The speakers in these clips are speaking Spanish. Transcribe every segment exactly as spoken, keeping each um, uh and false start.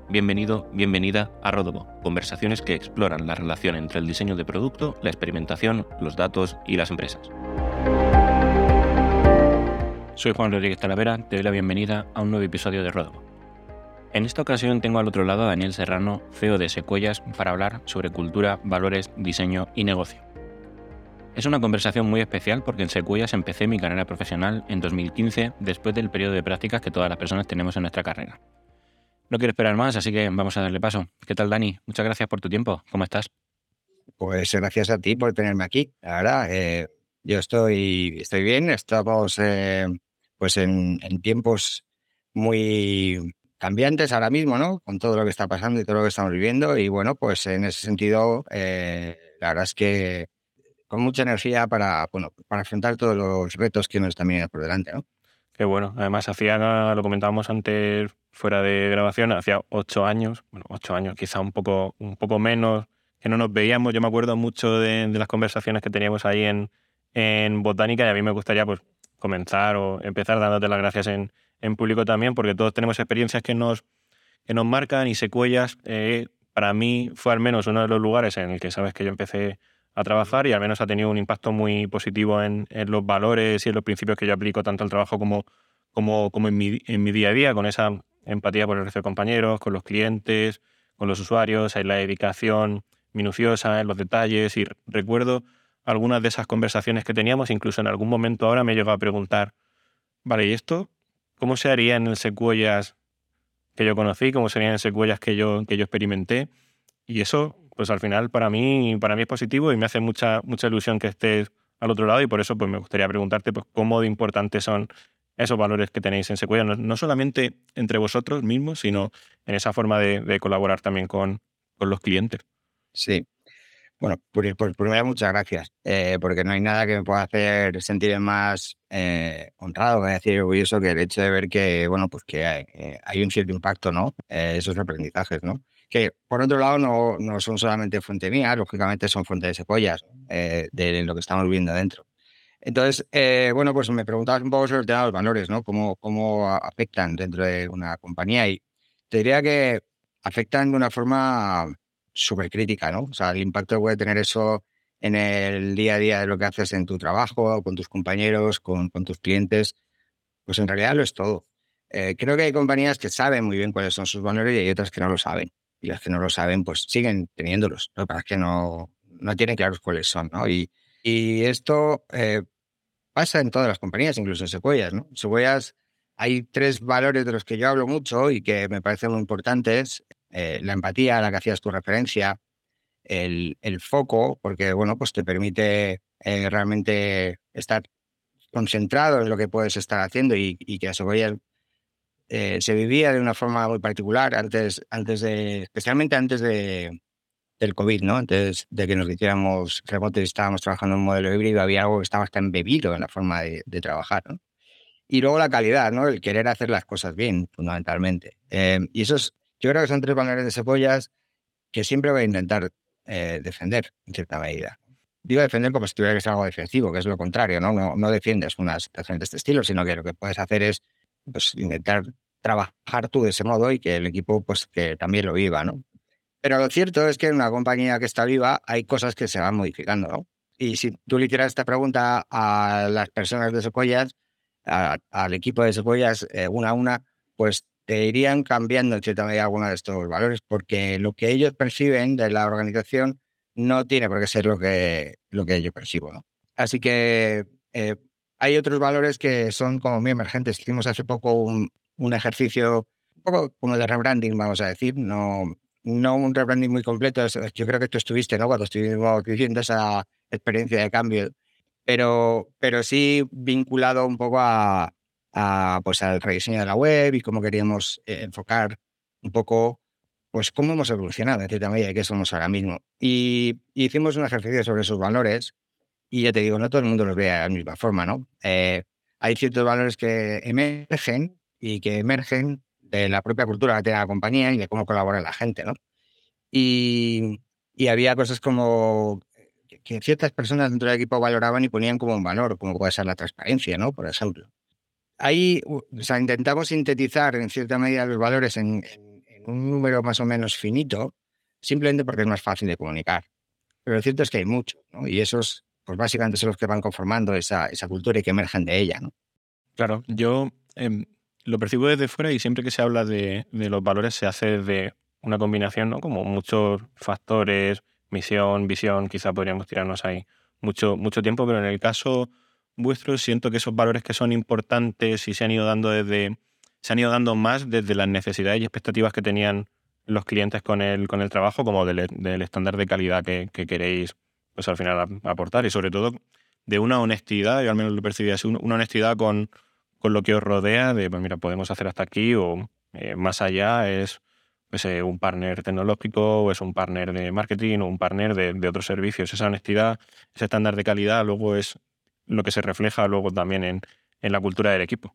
Bienvenido, bienvenida a Ródomo, conversaciones que exploran la relación entre el diseño de producto, la experimentación, los datos y las empresas. Soy Juan Rodríguez Talavera, te doy la bienvenida a un nuevo episodio de Ródomo. En esta ocasión tengo al otro lado a Daniel Serrano, C E O de Sequoias, para hablar sobre cultura, valores, diseño y negocio. Es una conversación muy especial porque en Sequoias empecé mi carrera profesional en dos mil quince, después del periodo de prácticas que todas las personas tenemos en nuestra carrera. No quiero esperar más, así que vamos a darle paso. ¿Qué tal, Dani? Muchas gracias por tu tiempo. ¿Cómo estás? Pues gracias a ti por tenerme aquí. La verdad, eh, yo estoy, estoy bien. Estamos eh, pues en, en tiempos muy cambiantes ahora mismo, ¿no? Con todo lo que está pasando y todo lo que estamos viviendo. Y bueno, pues en ese sentido, eh, la verdad es que con mucha energía para, bueno, para afrontar todos los retos que nos están viniendo por delante, ¿no? Qué bueno. Además, hacía, lo comentábamos antes fuera de grabación, hacía ocho años, bueno, ocho años, quizá un poco, un poco menos, que no nos veíamos. Yo me acuerdo mucho de, de las conversaciones que teníamos ahí en, en Botánica, y a mí me gustaría pues comenzar o empezar dándote las gracias en, en público también, porque todos tenemos experiencias que nos, que nos marcan y Sequoias, eh, para mí fue al menos uno de los lugares en el que sabes que yo empecé a trabajar y al menos ha tenido un impacto muy positivo en, en los valores y en los principios que yo aplico tanto al trabajo como, como, como en, mi, en mi día a día, con esa empatía por el resto de compañeros, con los clientes, con los usuarios, hay la dedicación minuciosa en los detalles y recuerdo algunas de esas conversaciones que teníamos, incluso en algún momento ahora me he llegado a preguntar, vale, ¿y esto cómo se haría en el Sequoias que yo conocí, cómo serían secuelas que yo, que yo experimenté? Y eso, pues al final para mí, para mí es positivo y me hace mucha, mucha ilusión que estés al otro lado y por eso pues me gustaría preguntarte pues cómo de importantes son esos valores que tenéis en Sequoia, no, no solamente entre vosotros mismos, sino en esa forma de, de colaborar también con, con los clientes. Sí. Bueno, por, por, primero, muchas gracias, eh, porque no hay nada que me pueda hacer sentir más eh, honrado, voy a decir, orgulloso, que el hecho de ver que, bueno, pues que hay, eh, hay un cierto impacto, ¿no? Eh, esos aprendizajes, ¿no? Que, por otro lado, no, no son solamente fuente mía, lógicamente son fuente de Sequoias, eh, de lo que estamos viendo dentro. Entonces, eh, bueno, pues me preguntabas un poco sobre el tema de los valores, ¿no? Cómo, cómo afectan dentro de una compañía y te diría que afectan de una forma súper crítica, ¿no? O sea, el impacto que puede tener eso en el día a día de lo que haces en tu trabajo, con tus compañeros, con, con tus clientes, pues en realidad lo es todo. Eh, creo que hay compañías que saben muy bien cuáles son sus valores y hay otras que no lo saben. Y las que no lo saben, pues siguen teniéndolos. Lo que pasa es que no, no tienen claros cuáles son, ¿no? Y, y esto eh, pasa en todas las compañías, incluso en Sequoias, ¿no? Sequoias, hay tres valores de los que yo hablo mucho y que me parecen muy importantes. Eh, la empatía, a la que hacías tu referencia, el, el foco, porque, bueno, pues te permite eh, realmente estar concentrado en lo que puedes estar haciendo y, y que a Sequoias eh, se vivía de una forma muy particular antes, antes de, especialmente antes de, del COVID, ¿no? Antes de que nos hiciéramos remoto y estábamos trabajando en un modelo híbrido, había algo que estaba hasta embebido en la forma de, de trabajar, ¿no? Y luego la calidad, ¿no? El querer hacer las cosas bien, fundamentalmente. Eh, y esos, yo creo que son tres valores de Cebollas que siempre voy a intentar eh, defender, en cierta medida. Digo defender como si tuviera que ser algo defensivo, que es lo contrario, ¿no? No, no defiendes una situación de este estilo, sino que lo que puedes hacer es pues, intentar trabajar tú de ese modo y que el equipo pues que también lo viva, ¿no? Pero lo cierto es que en una compañía que está viva hay cosas que se van modificando, ¿no? Y si tú le hicieras esta pregunta a las personas de Sequoias, a- al equipo de Sequoias, eh, una a una, pues te irían cambiando en cierta medida algunos de estos valores, porque lo que ellos perciben de la organización no tiene por qué ser lo que, lo que yo percibo, ¿no? Así que eh, hay otros valores que son como muy emergentes. Hicimos hace poco un, un ejercicio un poco como de rebranding, vamos a decir, no, no un rebranding muy completo. Yo creo que tú estuviste, ¿no? Cuando estuvimos viviendo esa experiencia de cambio, pero, pero sí vinculado un poco a, a, pues al rediseño de la web y cómo queríamos eh, enfocar un poco pues cómo hemos evolucionado en cierta medida y qué somos ahora mismo. Y, y hicimos un ejercicio sobre esos valores y ya te digo, no todo el mundo los ve de la misma forma, ¿no? Eh, hay ciertos valores que emergen y que emergen de la propia cultura que tiene la compañía y de cómo colabora la gente, ¿no? Y, y había cosas como que que ciertas personas dentro del equipo valoraban y ponían como un valor, como puede ser la transparencia, ¿no? Por ejemplo. Ahí, u- o sea, intentamos sintetizar en cierta medida los valores en, en- en un número más o menos finito, simplemente porque es más fácil de comunicar. Pero lo cierto es que hay muchos, ¿no? Y esos, pues básicamente son los que van conformando esa, esa cultura y que emergen de ella, ¿no? Claro, yo em, lo percibo desde fuera y siempre que se habla de, de los valores se hace desde una combinación, ¿no? Como muchos factores, misión, visión, quizá podríamos tirarnos ahí mucho, mucho tiempo, pero en el caso vuestro siento que esos valores que son importantes y se han ido dando desde, se han ido dando más desde las necesidades y expectativas que tenían los clientes con el, con el trabajo, como del, del estándar de calidad que, que queréis, pues al final ap- aportar, y sobre todo de una honestidad, yo al menos lo percibí así, un- una honestidad con con lo que os rodea, de, pues mira, podemos hacer hasta aquí o eh, más allá es pues, eh, un partner tecnológico o es un partner de marketing o un partner de, de otros servicios. Esa honestidad, ese estándar de calidad luego es lo que se refleja luego también en, en la cultura del equipo.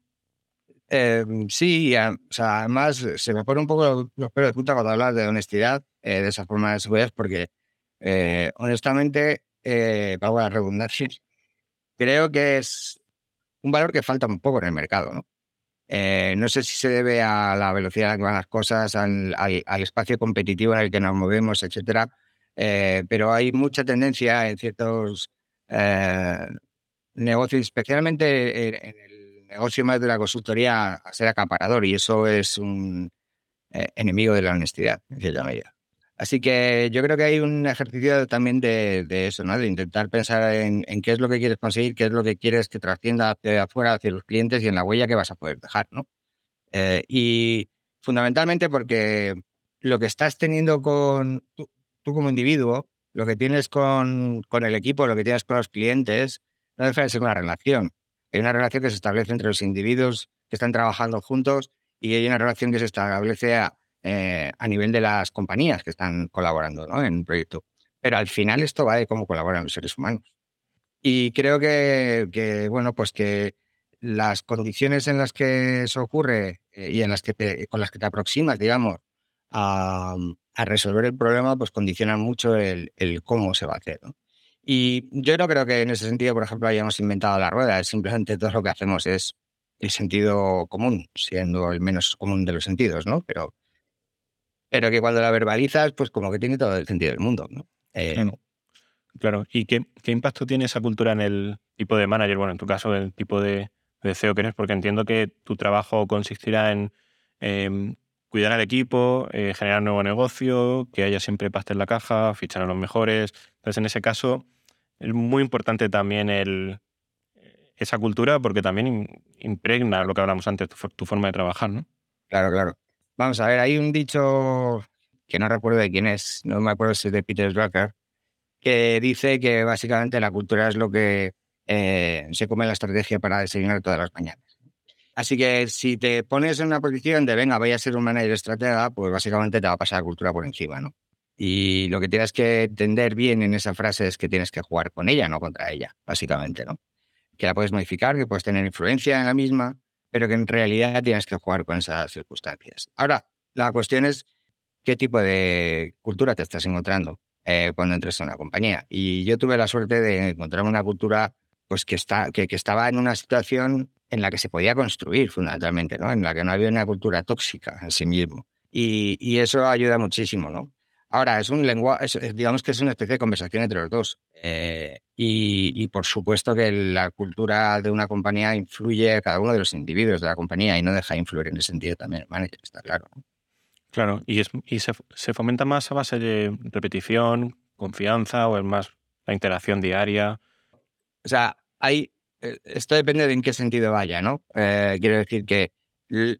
Eh, sí, y a- o sea, además eh, se me pone un poco los pelos de punta cuando hablas de honestidad, eh, de esa forma de seguridad, porque eh, honestamente, eh, valga la redundancia, creo que es un valor que falta un poco en el mercado, ¿no? Eh, no sé si se debe a la velocidad a la que van las cosas, al, al- al espacio competitivo en el que nos movemos, etcétera. Eh, pero hay mucha tendencia en ciertos eh, negocios, especialmente en, en el negocio más de la consultoría, a ser acaparador, y eso es un eh, enemigo de la honestidad, en cierta medida. Así que yo creo que hay un ejercicio también de, de eso, ¿no? De intentar pensar en, en qué es lo que quieres conseguir, qué es lo que quieres que trascienda hacia afuera, hacia los clientes y en la huella que vas a poder dejar, ¿no? Eh, y fundamentalmente porque lo que estás teniendo con tú, tú como individuo, lo que tienes con, con el equipo, lo que tienes con los clientes, no deja de ser una relación. Hay una relación que se establece entre los individuos que están trabajando juntos y hay una relación que se establece a, eh, a nivel de las compañías que están colaborando, ¿no? En un proyecto. Pero al final esto va de cómo colaboran los seres humanos. Y creo que, que, bueno, pues que las condiciones en las que eso ocurre eh, y en las que te, con las que te aproximas, digamos, a, a resolver el problema, pues condicionan mucho el, el cómo se va a hacer, ¿no? Y yo no creo que en ese sentido, por ejemplo, hayamos inventado la rueda. Es simplemente todo lo que hacemos es el sentido común, siendo el menos común de los sentidos, ¿no? Pero, pero que cuando la verbalizas, pues como que tiene todo el sentido del mundo, ¿no? Eh, Claro, claro. ¿Y qué, qué impacto tiene esa cultura en el tipo de manager? Bueno, en tu caso, el tipo de, de C E O que eres, porque entiendo que tu trabajo consistirá en em, cuidar al equipo, eh, generar nuevo negocio, que haya siempre pasta en la caja, fichar a los mejores. Entonces, en ese caso, es muy importante también el, esa cultura porque también im- impregna lo que hablamos antes, tu, for- tu forma de trabajar, ¿no? Claro, claro. Vamos a ver, hay un dicho que no recuerdo de quién es, no me acuerdo si es de Peter Drucker, que dice que básicamente la cultura es lo que eh, se come la estrategia para desayunar todas las mañanas. Así que si te pones en una posición de, venga, vaya a ser un manager estratega, pues básicamente te va a pasar la cultura por encima, ¿no? Y lo que tienes que entender bien en esa frase es que tienes que jugar con ella, no contra ella, básicamente, ¿no? Que la puedes modificar, que puedes tener influencia en la misma, pero que en realidad tienes que jugar con esas circunstancias. Ahora, la cuestión es qué tipo de cultura te estás encontrando eh, cuando entres a una compañía. Y yo tuve la suerte de encontrar una cultura pues, que, está, que, que estaba en una situación en la que se podía construir fundamentalmente, ¿no? En la que no había una cultura tóxica en sí mismo. Y, y eso ayuda muchísimo, ¿no? Ahora, es un lenguaje, digamos que es una especie de conversación entre los dos. Eh, y, y por supuesto que la cultura de una compañía influye a cada uno de los individuos de la compañía y no deja de influir en ese sentido también el manager, está claro, ¿no? Claro, y, es, y se, se fomenta más a base de repetición, confianza o es más la interacción diaria. O sea, hay, eh, esto depende de en qué sentido vaya, ¿no? Eh, quiero decir que l-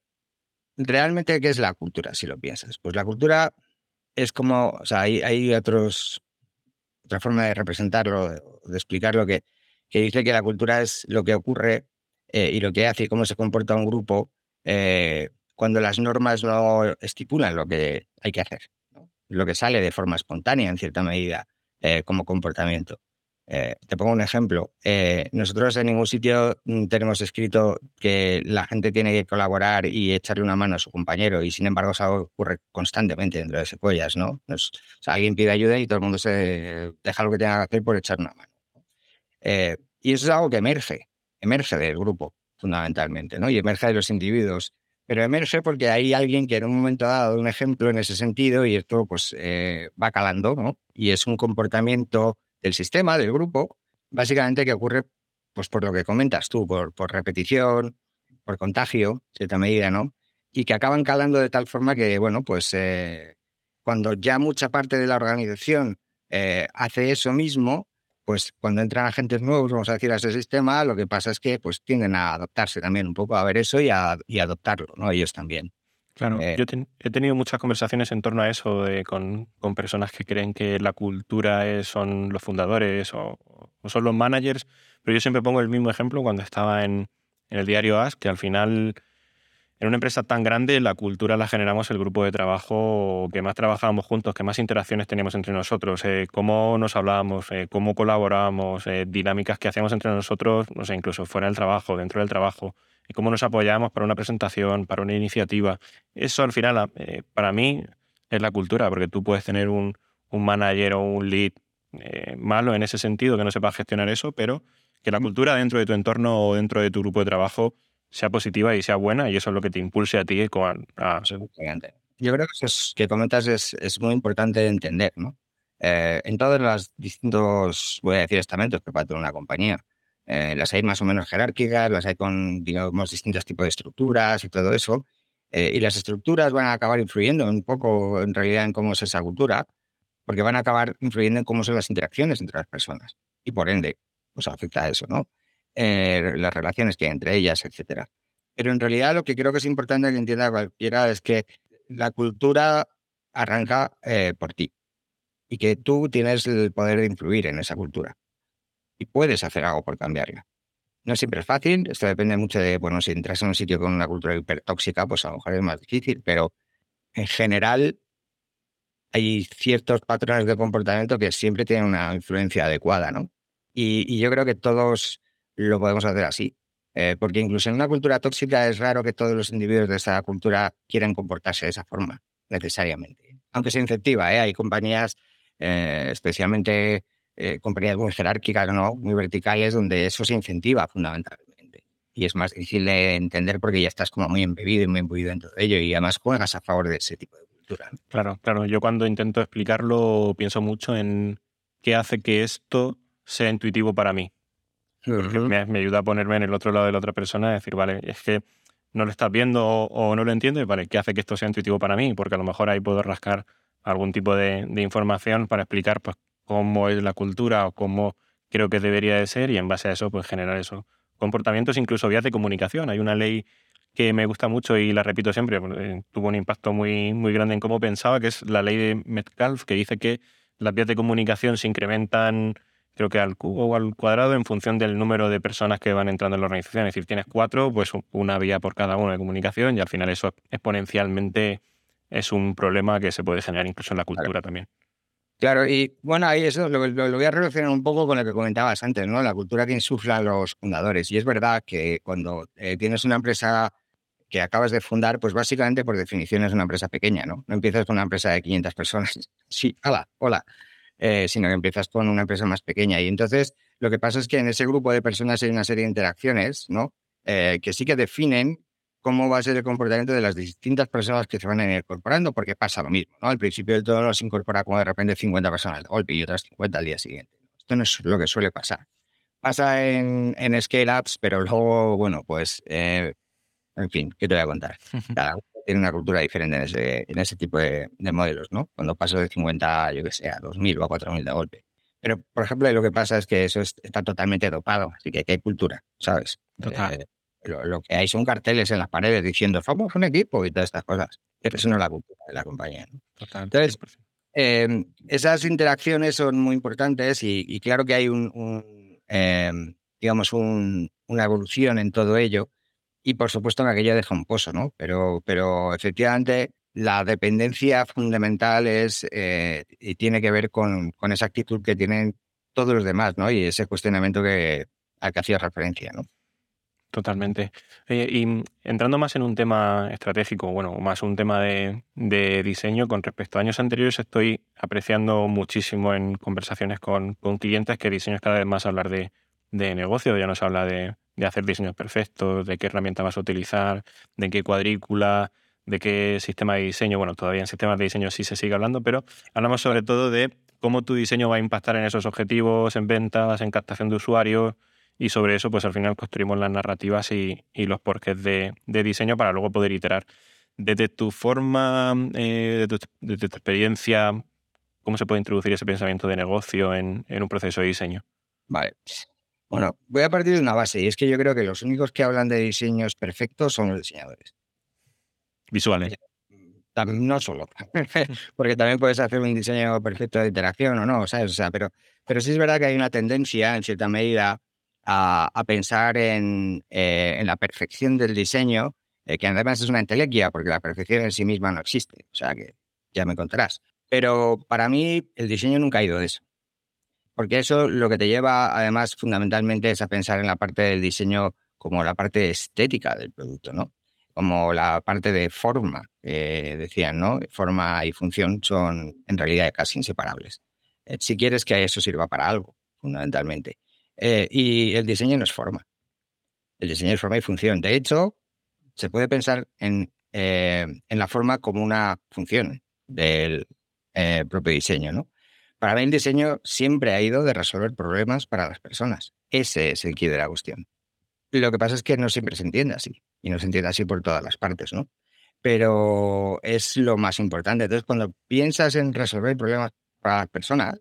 realmente, ¿qué es la cultura, si lo piensas? Pues la cultura es como, o sea, hay, hay otros, otra forma de representarlo, de, de explicarlo, que, que dice que la cultura es lo que ocurre eh, y lo que hace y cómo se comporta un grupo eh, cuando las normas no estipulan lo que hay que hacer, ¿no? Lo que sale de forma espontánea, en cierta medida, eh, como comportamiento. Eh, te pongo un ejemplo. Eh, nosotros en ningún sitio mm, tenemos escrito que la gente tiene que colaborar y echarle una mano a su compañero, y sin embargo es algo que ocurre constantemente dentro de Secuoyas, ¿no? Nos- o sea, alguien pide ayuda y todo el mundo se deja lo que tenga que hacer por echar una mano. Eh, y eso es algo que emerge, emerge del grupo, fundamentalmente, ¿no? Y emerge de los individuos. pero emerge porque hay alguien que en un momento ha dado un ejemplo en ese sentido y esto pues eh, va calando, ¿no? Y es un comportamiento del sistema, del grupo, básicamente que ocurre pues por lo que comentas tú, por, por repetición, por contagio, en cierta medida, ¿no? Y que acaban calando de tal forma que, bueno, pues eh, cuando ya mucha parte de la organización eh, hace eso mismo, pues cuando entran agentes nuevos, vamos a decir, a ese sistema, lo que pasa es que pues tienden a adaptarse también un poco a ver eso y a, y a adoptarlo, ¿no? Ellos también. Claro, Eh, yo ten- he tenido muchas conversaciones en torno a eso de- con, con personas que creen que la cultura es- son los fundadores o, o son los managers, pero yo siempre pongo el mismo ejemplo cuando estaba en, en el diario As, que al final en una empresa tan grande la cultura la generamos el grupo de trabajo que más trabajábamos juntos, que más interacciones teníamos entre nosotros, eh, cómo nos hablábamos, eh, cómo colaborábamos, eh, dinámicas que hacíamos entre nosotros, no sé, incluso fuera del trabajo, dentro del trabajo, y cómo nos apoyábamos para una presentación, para una iniciativa. Eso al final, a- eh, para mí, es la cultura, porque tú puedes tener un, un manager o un lead eh, malo en ese sentido, que no sepa gestionar eso, pero que la cultura dentro de tu entorno o dentro de tu grupo de trabajo sea positiva y sea buena, y eso es lo que te impulse a ti con- a, Gigante. Yo creo que eso es- que comentas es, es muy importante de entender, ¿no? Eh, en todos los distintos, voy a decir, estamentos que puede tener una compañía, eh, las hay más o menos jerárquicas, las hay con, digamos, distintos tipos de estructuras y todo eso, eh, y las estructuras van a acabar influyendo un poco, en realidad, en cómo es esa cultura, porque van a acabar influyendo en cómo son las interacciones entre las personas, y por ende, pues afecta a eso, ¿no? Eh, las relaciones que hay entre ellas, etcétera. Pero en realidad lo que creo que es importante que entienda cualquiera es que la cultura arranca eh, por ti y que tú tienes el poder de influir en esa cultura y puedes hacer algo por cambiarla. No siempre es fácil, esto depende mucho de, bueno, si entras en un sitio con una cultura hipertóxica, pues a lo mejor es más difícil, pero en general hay ciertos patrones de comportamiento que siempre tienen una influencia adecuada, ¿no? Y, y yo creo que todos lo podemos hacer así. Eh, porque incluso en una cultura tóxica es raro que todos los individuos de esa cultura quieran comportarse de esa forma, necesariamente. Aunque se incentiva, ¿eh? Hay compañías, eh, especialmente eh, compañías muy jerárquicas, ¿no? Muy verticales, donde eso se incentiva fundamentalmente. Y es más difícil de entender porque ya estás como muy embebido y muy embebido dentro de ello y además juegas a favor de ese tipo de cultura, ¿no? claro, claro, yo cuando intento explicarlo pienso mucho en qué hace que esto sea intuitivo para mí, porque Ujú. me, me ayuda a ponerme en el otro lado de la otra persona y decir, vale, es que no lo estás viendo o, o no lo entiendes, vale, ¿qué hace que esto sea intuitivo para mí? Porque a lo mejor ahí puedo rascar algún tipo de, de información para explicar pues, cómo es la cultura o cómo creo que debería de ser, y en base a eso pues generar esos comportamientos, incluso vías de comunicación. Hay una ley que me gusta mucho y la repito siempre, porque tuvo un impacto muy, muy grande en cómo pensaba, que es la ley de Metcalfe, que dice que las vías de comunicación se incrementan, creo que al cubo o al cuadrado, en función del número de personas que van entrando en la organización. Es decir, tienes cuatro, pues una vía por cada uno de comunicación, y al final eso exponencialmente es un problema que se puede generar incluso en la Claro. cultura también. Claro, y bueno, ahí eso lo, lo- lo voy a relacionar un poco con lo que comentabas antes, ¿no? La cultura que insuflan los fundadores. Y es verdad que cuando eh, tienes una empresa que acabas de fundar, pues básicamente por definición es una empresa pequeña, ¿no? No empiezas con una empresa de quinientas personas. Sí, hola, hola. Eh, sino que empiezas con una empresa más pequeña. Y entonces lo que pasa es que en ese grupo de personas hay una serie de interacciones, ¿no? Eh, que sí que definen cómo va a ser el comportamiento de las distintas personas que se van a ir incorporando, porque pasa lo mismo, ¿no? Al principio del todo no se incorpora como de repente cincuenta personas de golpe y otras cincuenta al día siguiente. Esto no es lo que suele pasar. Pasa en, en scale-ups, pero luego, bueno, pues, eh, en fin, ¿qué te voy a contar? Cada uno tiene una cultura diferente en ese, en ese tipo de, de modelos, ¿no? Cuando paso de cincuenta, yo que sé, a dos mil o a cuatro mil de golpe. Pero, por ejemplo, lo que pasa es que eso es- está totalmente dopado, así que aquí hay cultura, ¿sabes? Total, Eh, lo, lo que hay son carteles en las paredes diciendo somos un equipo y todas estas cosas. Pero eso no total, es la cultura de la compañía, ¿no? total, Entonces, cien por ciento. eh, esas interacciones son muy importantes y, y claro que hay un, un, eh, digamos, un- una evolución en todo ello y por supuesto en aquello deja un pozo, ¿no? Pero, pero efectivamente la dependencia fundamental es eh, y tiene que ver con, con esa actitud que tienen todos los demás, ¿no? Y ese cuestionamiento que, al que hacías referencia, ¿no? Totalmente. Oye, y mm, entrando más en un tema estratégico, bueno, más un tema de, de diseño, con respecto a años anteriores, estoy apreciando muchísimo en conversaciones con, con clientes que diseño es cada vez más hablar de, de negocio, ya no se habla de, de hacer diseños perfectos, de qué herramienta vas a utilizar, de qué cuadrícula, de qué sistema de diseño. Bueno, todavía en sistemas de diseño sí se sigue hablando, pero hablamos sobre todo de cómo tu diseño va a impactar en esos objetivos, en ventas, en captación de usuarios, y sobre eso pues al final construimos las narrativas y, y los porqués de, de diseño para luego poder iterar. Desde tu forma, eh, desde, tu, desde tu experiencia, ¿cómo se puede introducir ese pensamiento de negocio en, en un proceso de diseño? Vale. Bueno, voy a partir de una base y es que yo creo que los únicos que hablan de diseños perfectos son los diseñadores. Visuales. Tam- No solo, porque también puedes hacer un diseño perfecto de interacción o no, ¿sabes? O sea, pero, pero sí es verdad que hay una tendencia, en cierta medida, a, a pensar en, eh, en la perfección del diseño, eh, que además es una entelequia, porque la perfección en sí misma no existe, o sea que ya me contarás. Pero para mí el diseño nunca ha ido de eso, porque eso lo que te lleva, además, fundamentalmente es a pensar en la parte del diseño como la parte estética del producto, ¿no? Como la parte de forma, que decían, ¿no? Forma y función son en realidad casi inseparables. Eh, si quieres que eso sirva para algo, fundamentalmente. Eh, y el diseño no es forma. El diseño es forma y función. De hecho, se puede pensar en, eh, en la forma como una función del eh, propio diseño, ¿no? Para mí el diseño siempre ha ido de resolver problemas para las personas. Ese es el quid de la cuestión. Lo que pasa es que no siempre se entiende así, y no se entiende así por todas las partes, ¿no? Pero es lo más importante. Entonces, cuando piensas en resolver problemas para las personas,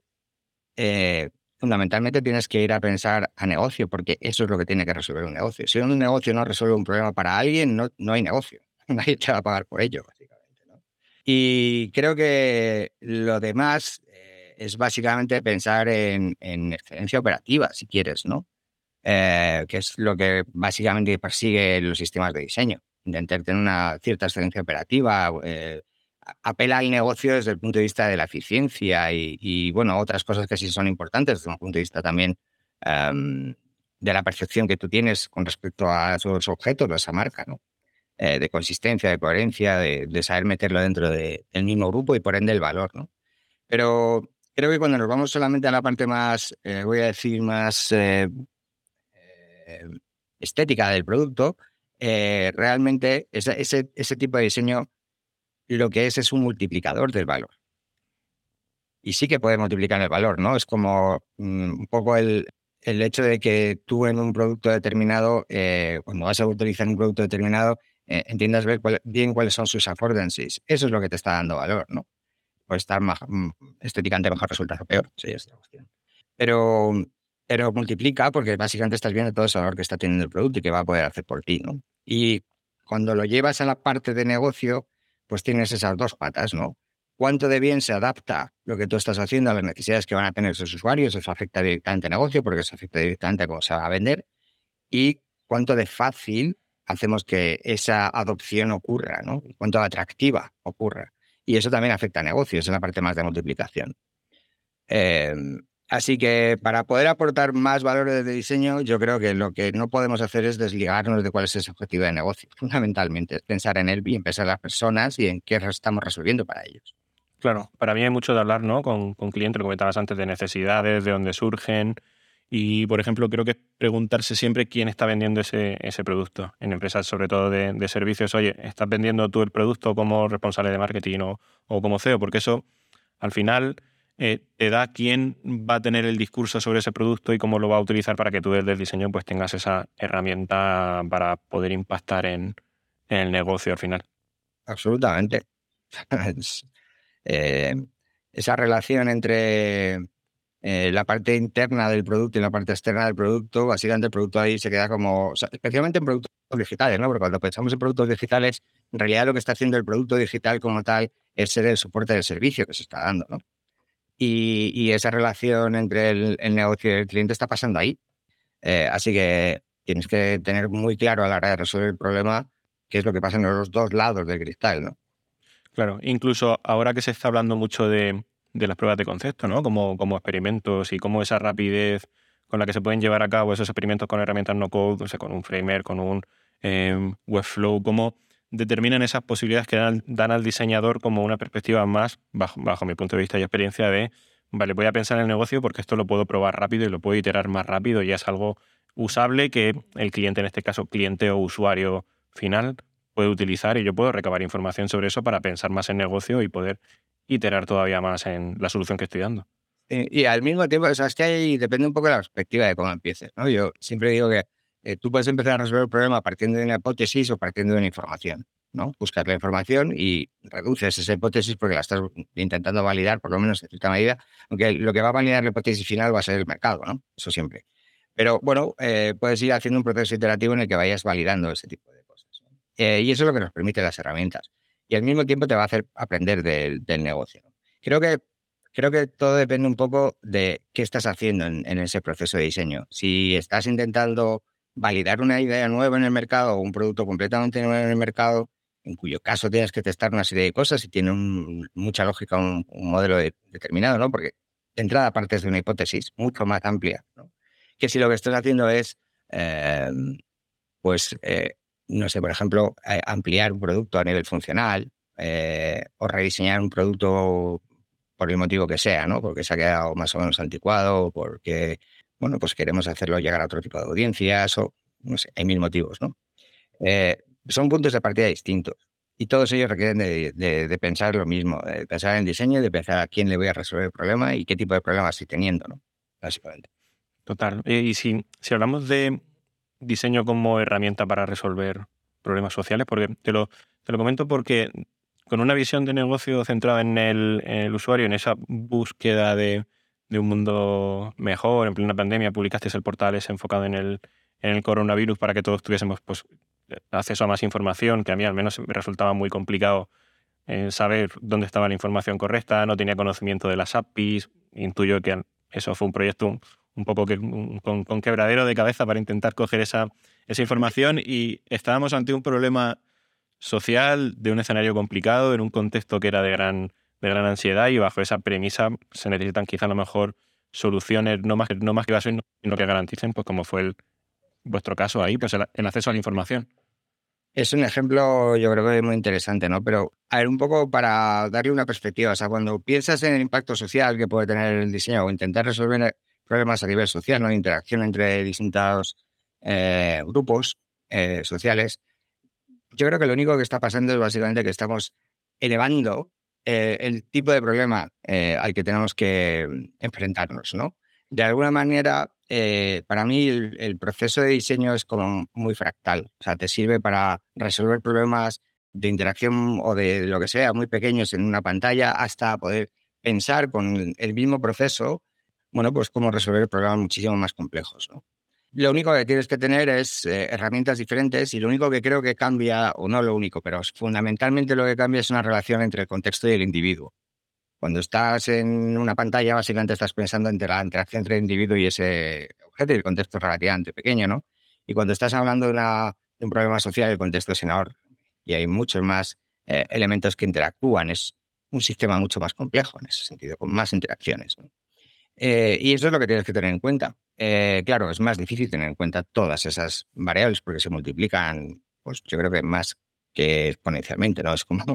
eh, fundamentalmente tienes que ir a pensar a negocio, porque eso es lo que tiene que resolver un negocio. Si un negocio no resuelve un problema para alguien, no, no hay negocio. Nadie te va a pagar por ello, básicamente, ¿no? Y creo que lo demás eh, es básicamente pensar en, en excelencia operativa, si quieres, ¿no? Eh, que es lo que básicamente persigue los sistemas de diseño. Intentar tener una cierta excelencia operativa, eh, a- apela al negocio desde el punto de vista de la eficiencia y, y, bueno, otras cosas que sí son importantes desde un punto de vista también em, de la percepción que tú tienes con respecto a esos objetos, de esa marca, ¿no? Eh, de consistencia, de coherencia, de, de saber meterlo dentro de- del mismo grupo y por ende el valor, ¿no? Pero creo que cuando nos vamos solamente a la parte más, eh, voy a decir, más eh, eh, estética del producto, eh, realmente ese, ese, ese tipo de diseño lo que es es un multiplicador del valor. Y sí que puede multiplicar el valor, ¿no? Es como mm, un poco el, el hecho de que tú en un producto determinado, eh, cuando vas a utilizar un producto determinado, eh, entiendas ver cuál- bien cuáles son sus affordances. Eso es lo que te está dando valor, ¿no? Puede estar más, mm, estéticamente mejor resultado peor, sí, es la cuestión. Pero, pero multiplica porque básicamente estás viendo todo ese valor que está teniendo el producto y que va a poder hacer por ti, ¿no? Y cuando lo llevas a la parte de negocio, pues tienes esas dos patas, ¿no? ¿Cuánto de bien se adapta lo que tú estás haciendo a las necesidades que van a tener esos usuarios? Eso afecta directamente al negocio porque eso afecta directamente a cómo se va a vender. ¿Y cuánto de fácil hacemos que esa adopción ocurra, ¿no? Cuánto de atractiva ocurra. Y eso también afecta a negocios, es la parte más de multiplicación. Eh, Así que para poder aportar más valores de diseño, yo creo que lo que no podemos hacer es desligarnos de cuál es ese objetivo de negocio. Fundamentalmente, es pensar en él y en pensar en las personas y en qué estamos resolviendo para ellos. Claro, para mí hay mucho de hablar, ¿no? Con, con clientes, lo comentabas antes, de necesidades, de dónde surgen. Y, por ejemplo, creo que es preguntarse siempre quién está vendiendo ese, ese producto. En empresas, sobre todo de, de servicios, oye, ¿estás vendiendo tú el producto como responsable de marketing o, o como C E O? Porque eso, al final, eh, te da quién va a tener el discurso sobre ese producto y cómo lo va a utilizar para que tú desde el diseño pues tengas esa herramienta para poder impactar en, en el negocio al final. Absolutamente. Es, eh, esa relación entre eh, la parte interna del producto y la parte externa del producto, básicamente el producto ahí se queda como, o sea, especialmente en productos digitales, ¿no? Porque cuando pensamos en productos digitales, en realidad lo que está haciendo el producto digital como tal es ser el soporte del servicio que se está dando, ¿no? Y, y esa relación entre el, el negocio y el cliente está pasando ahí. Eh, así que tienes que tener muy claro a la hora de resolver el problema qué es lo que pasa en los dos lados del cristal, ¿no? Claro, incluso ahora que se está hablando mucho de, de las pruebas de concepto, ¿no? Como, como experimentos y cómo esa rapidez con la que se pueden llevar a cabo esos experimentos con herramientas no code, o sea, con un framework, con un eh, Webflow, cómo determinan esas posibilidades que dan, dan al diseñador como una perspectiva más, bajo, bajo mi punto de vista y experiencia, de, vale, voy a pensar en el negocio porque esto lo puedo probar rápido y lo puedo iterar más rápido y es algo usable que el cliente, en este caso cliente o usuario final, puede utilizar y yo puedo recabar información sobre eso para pensar más en negocio y poder iterar todavía más en la solución que estoy dando. Y, y al mismo tiempo, o sea, es que ahí depende un poco de la perspectiva de cómo empieces, ¿no? Yo siempre digo que eh, tú puedes empezar a resolver el problema partiendo de una hipótesis o partiendo de una información, ¿no? Buscas la información y reduces esa hipótesis porque la estás intentando validar, por lo menos en cierta medida, aunque lo que va a validar la hipótesis final va a ser el mercado, ¿no? Eso siempre. Pero bueno, eh, puedes ir haciendo un proceso iterativo en el que vayas validando ese tipo de cosas, ¿no? Eh, y eso es lo que nos permite las herramientas. Y al mismo tiempo te va a hacer aprender del, del negocio, ¿no? Creo que Creo que todo depende un poco de qué estás haciendo en, en ese proceso de diseño. Si estás intentando validar una idea nueva en el mercado o un producto completamente nuevo en el mercado, en cuyo caso tienes que testar una serie de cosas y tiene un- mucha lógica un, un modelo de- determinado, ¿no? Porque de entrada partes de una hipótesis mucho más amplia, ¿no? Que si lo que estás haciendo es, eh, pues, eh, no sé, por ejemplo, eh, ampliar un producto a nivel funcional, eh, o rediseñar un producto por el motivo que sea, ¿no? Porque se ha quedado más o menos anticuado, o porque, bueno, pues queremos hacerlo llegar a otro tipo de audiencias, o no sé, hay mil motivos, ¿no? Eh, son puntos de partida distintos. Y todos ellos requieren de, de- de pensar lo mismo, de pensar en diseño, de pensar a quién le voy a resolver el problema y qué tipo de problema estoy teniendo, ¿no? Básicamente. Total. Eh, Y si, si hablamos de diseño como herramienta para resolver problemas sociales, porque te lo, te lo comento porque con una visión de negocio centrada en el, en el usuario, en esa búsqueda de, de un mundo mejor, en plena pandemia, publicaste el portal ese enfocado en el, en el coronavirus para que todos tuviésemos pues, acceso a más información, que a mí al menos me resultaba muy complicado eh, saber dónde estaba la información correcta, no tenía conocimiento de las A P Is, intuyo que eso fue un proyecto un, un poco que, un- con, con quebradero de cabeza para intentar coger esa, esa información y estábamos ante un problema social de un escenario complicado en un contexto que era de gran, de gran ansiedad y bajo esa premisa se necesitan quizá a lo mejor soluciones no más, no más que basen, sino que garanticen, pues como fue el, vuestro caso ahí, pues el, el acceso a la información. Es un ejemplo, yo creo que muy interesante, ¿no? Pero, a ver, un poco para darle una perspectiva, o sea, cuando piensas en el impacto social que puede tener el diseño o intentar resolver problemas a nivel social, ¿no? Interacción entre distintos eh, grupos eh, sociales, yo creo que lo único que está pasando es básicamente que estamos elevando eh, el tipo de problema eh, al que tenemos que mm, enfrentarnos, ¿no? De alguna manera, eh, para mí el, el proceso de diseño es como muy fractal. O sea, te sirve para resolver problemas de interacción o de lo que sea muy pequeños en una pantalla hasta poder pensar con el, el mismo proceso, bueno, pues cómo resolver problemas muchísimo más complejos, ¿no? Lo único que tienes que tener es eh, herramientas diferentes y lo único que creo que cambia, o no lo único, pero fundamentalmente lo que cambia es una relación entre el contexto y el individuo. Cuando estás en una pantalla, básicamente estás pensando en la interacción entre el individuo y ese objeto y el contexto es relativamente pequeño, ¿no? Y cuando estás hablando de, una- de un problema social, el contexto es enorme y hay muchos más eh, elementos que interactúan. Es un sistema mucho más complejo en ese sentido, con más interacciones, ¿no? Eh, y eso es lo que tienes que tener en cuenta. Eh, claro, es más difícil tener en cuenta todas esas variables porque se multiplican, pues yo creo que más que exponencialmente, ¿no? Es como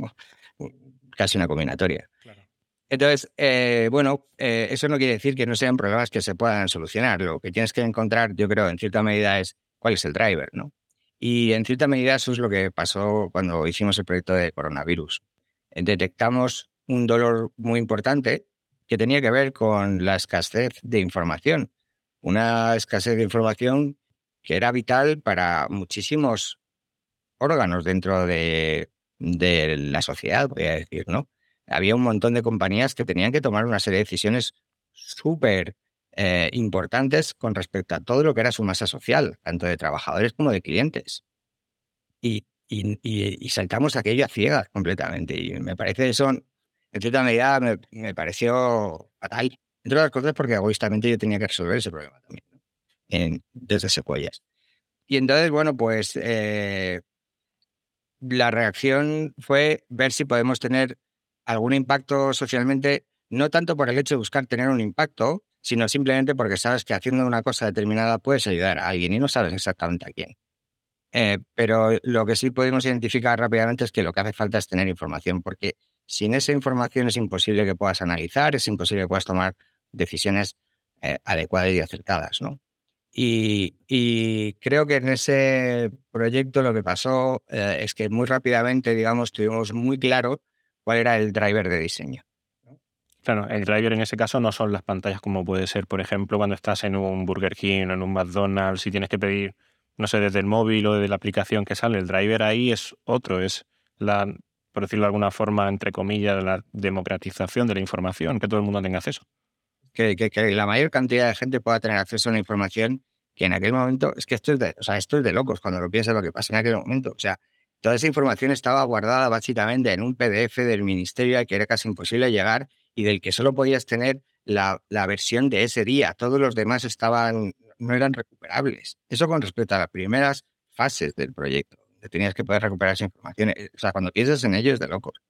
casi una combinatoria. Claro. Entonces, eh, bueno, eh, eso no quiere decir que no sean problemas que se puedan solucionar. Lo que tienes que encontrar, yo creo, en cierta medida es cuál es el driver, ¿no? Y en cierta medida eso es lo que pasó cuando hicimos el proyecto de coronavirus. Eh, Detectamos un dolor muy importante que tenía que ver con la escasez de información. Una escasez de información que era vital para muchísimos órganos dentro de, de la sociedad, voy a decir, ¿no? Había un montón de compañías que tenían que tomar una serie de decisiones súper eh, importantes con respecto a todo lo que era su masa social, tanto de trabajadores como de clientes. Y, y, y- y saltamos aquello a ciegas completamente. Y me parece eso, en cierta medida, me, me pareció fatal. Entre otras cosas porque egoístamente yo tenía que resolver ese problema también, ¿no? En- desde secuellas. Y entonces, bueno, pues eh, la reacción fue ver si podemos tener algún impacto socialmente, no tanto por el hecho de buscar tener un impacto, sino simplemente porque sabes que haciendo una cosa determinada puedes ayudar a alguien y no sabes exactamente a quién. Eh, pero lo que sí podemos identificar rápidamente es que lo que hace falta es tener información, porque sin esa información es imposible que puedas analizar, es imposible que puedas tomar decisiones eh, adecuadas y acertadas, ¿no? Y, y creo que en ese proyecto lo que pasó eh, es que muy rápidamente, digamos, tuvimos muy claro cuál era el driver de diseño. Claro, el driver en ese caso no son las pantallas como puede ser, por ejemplo, cuando estás en un Burger King o en un McDonald's y tienes que pedir, no sé, desde el móvil o de la aplicación que sale. El driver ahí es otro, es la, por decirlo de alguna forma, entre comillas, la democratización de la información, que todo el mundo tenga acceso. Que, que, que la mayor cantidad de gente pueda tener acceso a una información que en aquel momento, es que esto es de, o sea, esto es de locos cuando lo piensas lo que pasa en aquel momento. O sea, toda esa información estaba guardada básicamente en un P D F del ministerio al que era casi imposible llegar y del que solo podías tener la, la versión de ese día. Todos los demás estaban, no eran recuperables. Eso con respecto a las primeras fases del proyecto, donde tenías que poder recuperar esa información. O sea, cuando piensas en ello es de locos.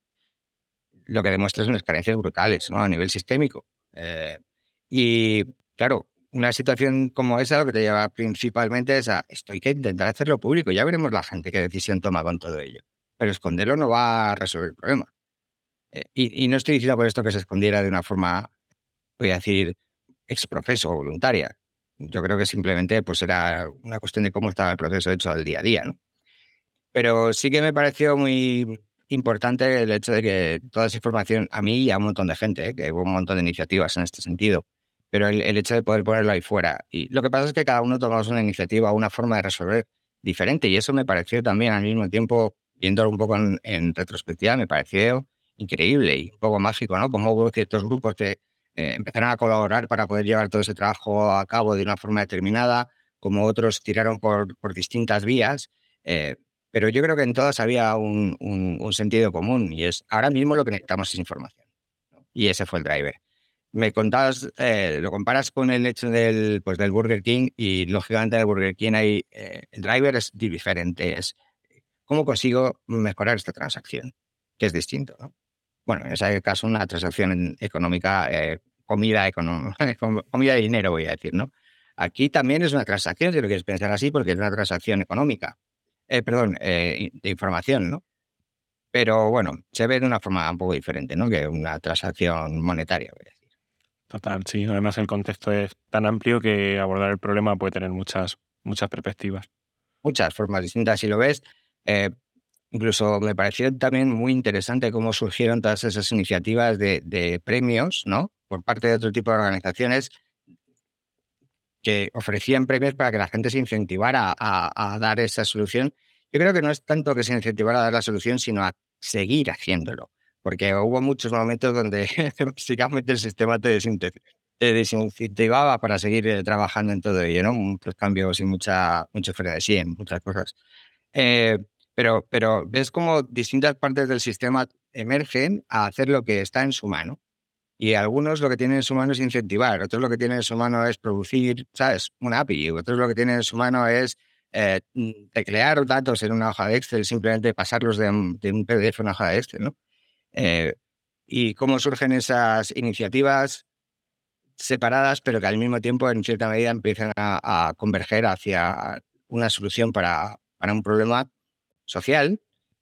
Lo que demuestra son unas carencias brutales, ¿no? A nivel sistémico. Eh, y claro, una situación como esa lo que te lleva principalmente es a esto hay que intentar hacerlo público. Ya veremos la gente qué decisión toma con todo ello. Pero esconderlo no va a resolver el problema. Eh, y, y no estoy diciendo por esto que se escondiera de una forma, voy a decir, exprofeso o voluntaria. Yo creo que simplemente pues era una cuestión de cómo estaba el proceso hecho al día a día, ¿no? Pero sí que me pareció muy importante el hecho de que toda esa información, a mí y a un montón de gente, ¿eh? Que hubo un montón de iniciativas en este sentido, pero el, el hecho de poder ponerlo ahí fuera. Y lo que pasa es que cada uno tomamos una iniciativa, una forma de resolver diferente, y eso me pareció también al mismo tiempo, viéndolo un poco en, en retrospectiva, me pareció increíble y un poco mágico, ¿no? Como hubo ciertos grupos que eh, empezaron a colaborar para poder llevar todo ese trabajo a cabo de una forma determinada, como otros tiraron por, por distintas vías. Eh, pero yo creo que en todas había un, un, un sentido común y es ahora mismo lo que necesitamos es información, ¿no? Y ese fue el driver. Me contabas, eh, lo comparas con el hecho del, pues, del Burger King y lógicamente en el Burger King hay, eh, el driver es diferente, es cómo consigo mejorar esta transacción, que es distinto, ¿no? Bueno, en ese caso una transacción económica, eh, comida, econo- comida de dinero voy a decir, ¿no? Aquí también es una transacción, si lo quieres pensar así, porque es una transacción económica. Eh, perdón, eh, de información, ¿no? Pero bueno, se ve de una forma un poco diferente, ¿no? Que una transacción monetaria, voy a decir. Total, sí. Además, el contexto es tan amplio que abordar el problema puede tener muchas, muchas perspectivas. Muchas formas distintas, si lo ves. Eh, incluso me pareció también muy interesante cómo surgieron todas esas iniciativas de, de premios, ¿no? Por parte de otro tipo de organizaciones que ofrecían premios para que la gente se incentivara a, a dar esa solución. Yo creo que no es tanto que se incentivara a dar la solución, sino a seguir haciéndolo. Porque hubo muchos momentos donde básicamente el sistema te, desinte- te desincentivaba para seguir eh, trabajando en todo ello, ¿no? Muchos cambios y mucha, mucho frenesí en muchas cosas. Eh, pero, pero ves como distintas partes del sistema emergen a hacer lo que está en su mano. Y algunos lo que tienen en su mano es incentivar, otros lo que tienen en su mano es producir, ¿sabes? Una A P I, otros lo que tienen en su mano es eh, mm, teclear datos en una hoja de Excel, simplemente pasarlos de, un- de un P D F a una hoja de Excel, ¿no? Eh, y cómo surgen esas iniciativas separadas, pero que al mismo tiempo, en cierta medida, empiezan a, a converger hacia una solución para, para un problema social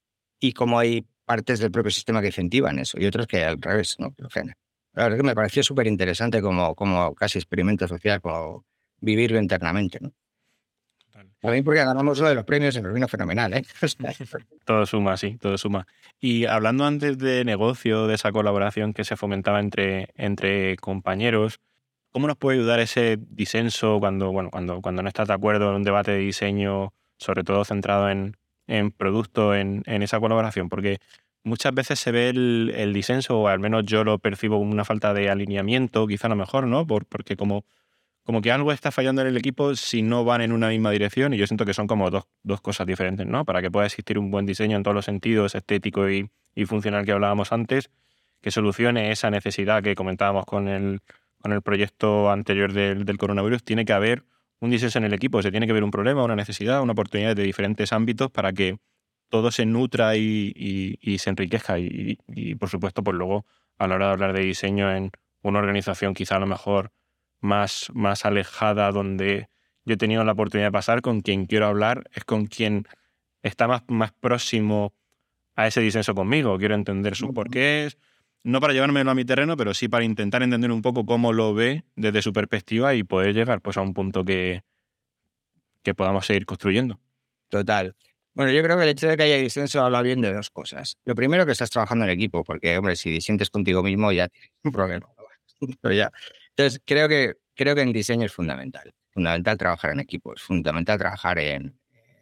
y cómo hay partes del propio sistema que incentivan eso y otros que al revés, ¿no? Que lo frenan. La verdad es que me pareció súper interesante como, como casi experimento social, como vivirlo internamente, ¿no? Total. A mí porque ganamos lo de los premios y nos vino fenomenal, ¿eh? O sea, Todo suma, sí, todo suma. Y hablando antes de negocio, de esa colaboración que se fomentaba entre, entre compañeros, ¿cómo nos puede ayudar ese disenso cuando, bueno, cuando, cuando no estás de acuerdo en un debate de diseño, sobre todo centrado en, en producto, en, en esa colaboración? Porque muchas veces se ve el, el disenso, o al menos yo lo percibo como una falta de alineamiento, quizá a lo mejor, ¿no? Por, porque como como que algo está fallando en el equipo si no van en una misma dirección, y yo siento que son como dos, dos cosas diferentes, ¿no? Para que pueda existir un buen diseño en todos los sentidos, estético y, y funcional que hablábamos antes, que solucione esa necesidad que comentábamos con el, con el proyecto anterior del, del coronavirus, tiene que haber un diseño en el equipo, se tiene que ver un problema, una necesidad, una oportunidad de diferentes ámbitos para que todo se nutra y, y- y se enriquezca. Y, y, por supuesto, pues luego, a la hora de hablar de diseño en una organización quizá a lo mejor más, más alejada, donde yo he tenido la oportunidad de pasar, con quien quiero hablar es con quien está más, más próximo a ese disenso conmigo. Quiero entender sus porqués, no para llevármelo a mi terreno, pero sí para intentar entender un poco cómo lo ve desde su perspectiva y poder llegar pues, a un punto que, que podamos seguir construyendo. Total. Bueno, yo creo que el hecho de que haya disenso habla bien de dos cosas. Lo primero, que estás trabajando en equipo, porque, hombre, si disientes contigo mismo ya tienes un problema. Pero ya. Entonces, creo que, creo que en diseño es fundamental. Fundamental trabajar en equipo. Es fundamental trabajar en,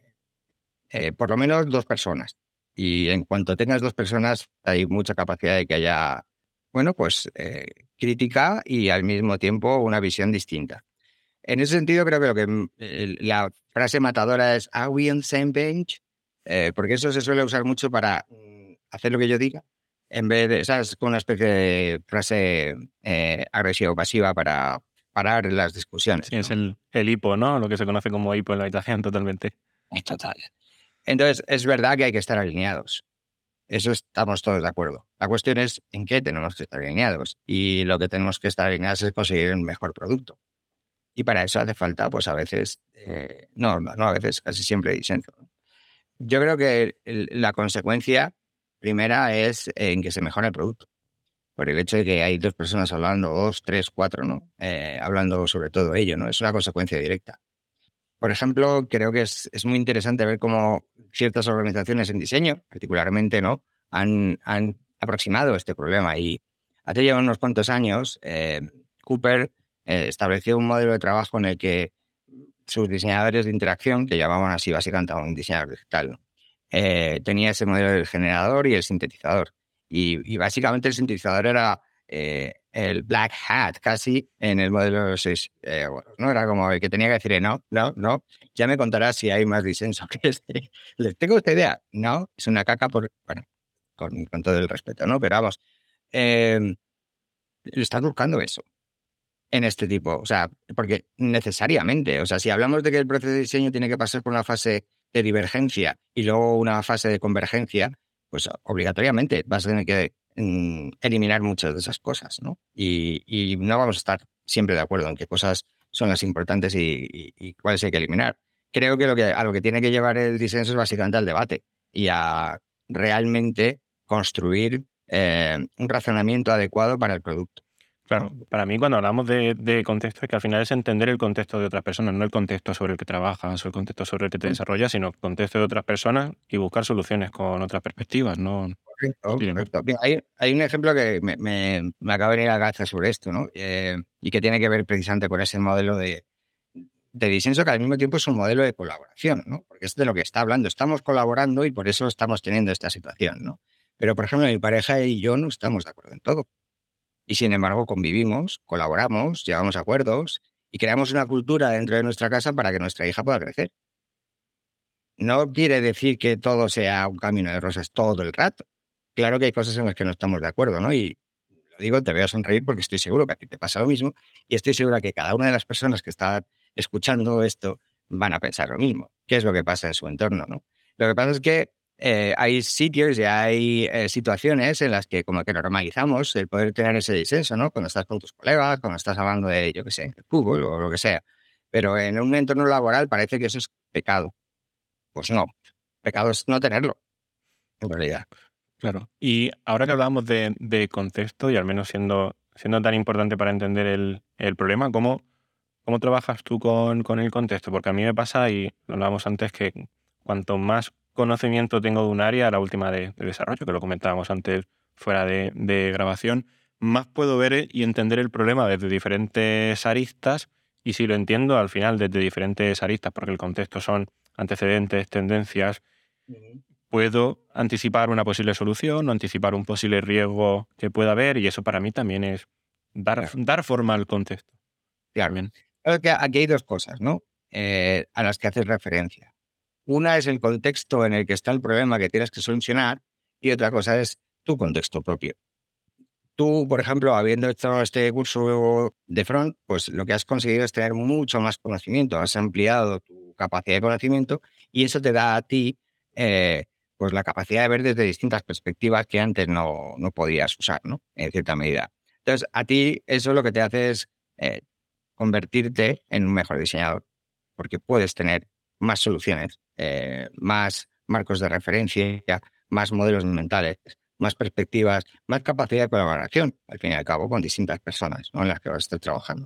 eh, por lo menos, dos personas. Y en cuanto tengas dos personas, hay mucha capacidad de que haya, bueno, pues, eh, crítica y al mismo tiempo una visión distinta. En ese sentido, creo que, lo que mm, el- la frase matadora es "Are we on the same page?", Eh, porque eso se suele usar mucho para mm, hacer lo que yo diga, en vez de, ¿sabes? Con una especie de frase eh, agresiva o pasiva para parar las discusiones, Sí, es ¿no? el, el hipo, ¿no? Lo que se conoce como hipo en la habitación, totalmente. Es total. Entonces, es verdad que hay que estar alineados. Eso estamos todos de acuerdo. La cuestión es en qué tenemos que estar alineados. Y lo que tenemos que estar alineados es conseguir un mejor producto. Y para eso hace falta, pues a veces, eh, no, no no a veces, casi siempre disenso. Yo creo que el- la consecuencia primera es en que se mejora el producto. Por el hecho de que hay dos personas hablando, dos, tres, cuatro, ¿no? Eh, hablando sobre todo ello, ¿no? Es una consecuencia directa. Por ejemplo, creo que es, es muy interesante ver cómo ciertas organizaciones en diseño, particularmente, ¿no? Han, han aproximado este problema. Y hace ya unos cuantos años, eh, Cooper eh, estableció un modelo de trabajo en el que sus diseñadores de interacción, que llamaban así básicamente a un diseñador digital, ¿no? Eh, tenía ese modelo del generador y el sintetizador. Y, y básicamente el sintetizador era eh, el black hat casi en el modelo de los seis. Eh, bueno, ¿no? Era como el que tenía que decir, eh, no, no, no, ya me contarás si hay más disenso que este. ¿Les tengo esta idea? No, es una caca por, bueno, con, con todo el respeto, ¿no? Pero vamos, eh, estás buscando eso en este tipo, o sea, porque necesariamente, o sea, si hablamos de que el proceso de diseño tiene que pasar por una fase de divergencia y luego una fase de convergencia, pues obligatoriamente vas a tener que mm, eliminar muchas de esas cosas, ¿no? Y, y no vamos a estar siempre de acuerdo en qué cosas son las importantes y, y- y cuáles hay que eliminar. Creo que, lo que a lo que tiene que llevar el diseño es básicamente al debate y a realmente construir eh, un razonamiento adecuado para el producto, Claro, ¿no? para mí cuando hablamos de, de contexto es que al final es entender el contexto de otras personas, no el contexto sobre el que trabajas o el contexto sobre el que te desarrollas, sino el contexto de otras personas y buscar soluciones con otras perspectivas, ¿no? Correcto, Sí, ¿no? correcto. Mira, hay, hay un ejemplo que me, me, me acaba de venir a la cabeza sobre esto, ¿no? Eh, y que tiene que ver precisamente con ese modelo de, de disenso que al mismo tiempo es un modelo de colaboración, ¿no? Porque es de lo que está hablando. Estamos colaborando y por eso estamos teniendo esta situación, ¿no? Pero, por ejemplo, mi pareja y yo no estamos de acuerdo en todo. Y sin embargo, convivimos, colaboramos, llegamos a acuerdos y creamos una cultura dentro de nuestra casa para que nuestra hija pueda crecer. No quiere decir que todo sea un camino de rosas todo el rato. Claro que hay cosas en las que no estamos de acuerdo, ¿no? Y lo digo, te veo sonreír porque estoy seguro que a ti te pasa lo mismo y estoy segura que cada una de las personas que está escuchando esto van a pensar lo mismo. ¿Qué es lo que pasa en su entorno, no? Lo que pasa es que eh, hay sitios y hay eh, situaciones en las que como que normalizamos el poder tener ese disenso, ¿no? Cuando estás con tus colegas, cuando estás hablando de, yo qué sé, de fútbol o lo que sea. Pero en un entorno laboral parece que eso es pecado. Pues no, pecado es no tenerlo, en realidad. Claro. Y ahora que hablábamos de, de contexto, y al menos siendo, siendo tan importante para entender el, el problema, ¿cómo, cómo trabajas tú con, con el contexto? Porque a mí me pasa, y lo hablábamos antes, que cuanto más conocimiento tengo de un área, la última de, de desarrollo, que lo comentábamos antes fuera de, de grabación, más puedo ver y entender el problema desde diferentes aristas, y si lo entiendo, al final desde diferentes aristas, porque el contexto son antecedentes, tendencias, Ujú. puedo anticipar una posible solución o anticipar un posible riesgo que pueda haber, y eso para mí también es dar, Claro, dar forma al contexto. claro. También. Claro que aquí hay dos cosas, ¿no? Eh, a las que haces referencia. Una es el contexto en el que está el problema que tienes que solucionar y otra cosa es tu contexto propio. Tú, por ejemplo, habiendo hecho este curso de front, pues lo que has conseguido es tener mucho más conocimiento, has ampliado tu capacidad de conocimiento y eso te da a ti eh, pues la capacidad de ver desde distintas perspectivas que antes no, no podías usar, ¿no? En cierta medida. Entonces, a ti eso lo que te hace es eh, convertirte en un mejor diseñador, porque puedes tener más soluciones, eh, más marcos de referencia, más modelos mentales, más perspectivas, más capacidad de colaboración, al fin y al cabo, con distintas personas, ¿no? En las que vas a estar trabajando.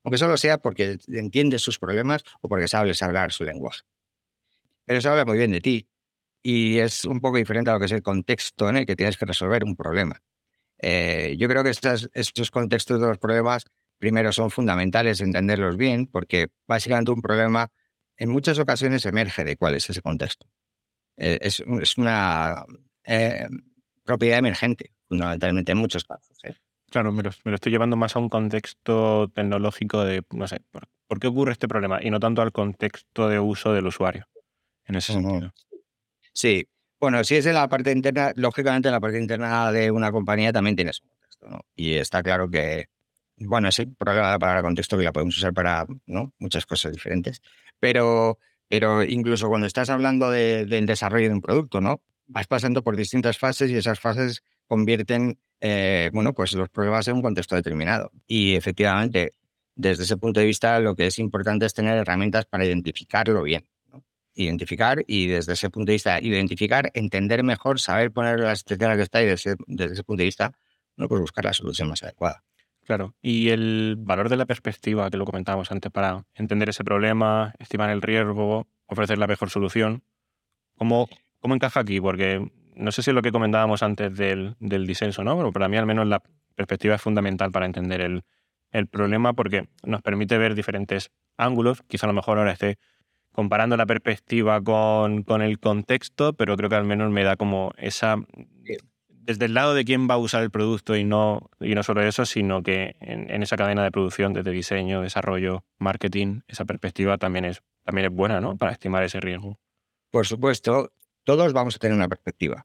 Aunque solo sea porque entiendes sus problemas o porque sabes hablar su lenguaje. Pero eso habla muy bien de ti y es un poco diferente a lo que es el contexto en el que tienes que resolver un problema. Eh, yo creo que estas, estos contextos de los problemas, primero, son fundamentales entenderlos bien, porque básicamente un problema en muchas ocasiones emerge de cuál es ese contexto. Eh, es, es una eh, propiedad emergente, fundamentalmente, en muchos casos. ¿eh? Claro, me lo, me lo estoy llevando más a un contexto tecnológico de, no sé, ¿por, por qué ocurre este problema? Y no tanto al contexto de uso del usuario, en ese Ujú. sentido. Sí, bueno, si es en la parte interna, lógicamente en la parte interna de una compañía también tienes un contexto, ¿no? Y está claro que, bueno, es el problema de la palabra contexto que la podemos usar para, ¿no? muchas cosas diferentes, pero, pero incluso cuando estás hablando de- del desarrollo de un producto, ¿no? Vas pasando por distintas fases y esas fases convierten, eh, bueno, pues los problemas en un contexto determinado. Y efectivamente, desde ese punto de vista, lo que es importante es tener herramientas para identificarlo bien, ¿no? Identificar y desde ese punto de vista, identificar, entender mejor, saber poner la situación en la que está y desde, desde ese punto de vista, bueno, pues buscar la solución más adecuada. Claro, y el valor de la perspectiva, que lo comentábamos antes, para entender ese problema, estimar el riesgo, ofrecer la mejor solución, ¿cómo, cómo encaja aquí? Porque no sé si es lo que comentábamos antes del, del disenso, ¿no? Pero para mí al menos la perspectiva es fundamental para entender el, el problema porque nos permite ver diferentes ángulos. Quizá a lo mejor ahora esté comparando la perspectiva con, con el contexto, pero creo que al menos me da como esa, Sí. desde el lado de quién va a usar el producto y no, y no solo eso, sino que en, en esa cadena de producción, desde diseño, desarrollo, marketing, esa perspectiva también es, también es buena, ¿no? Para estimar ese riesgo. Por supuesto, todos vamos a tener una perspectiva.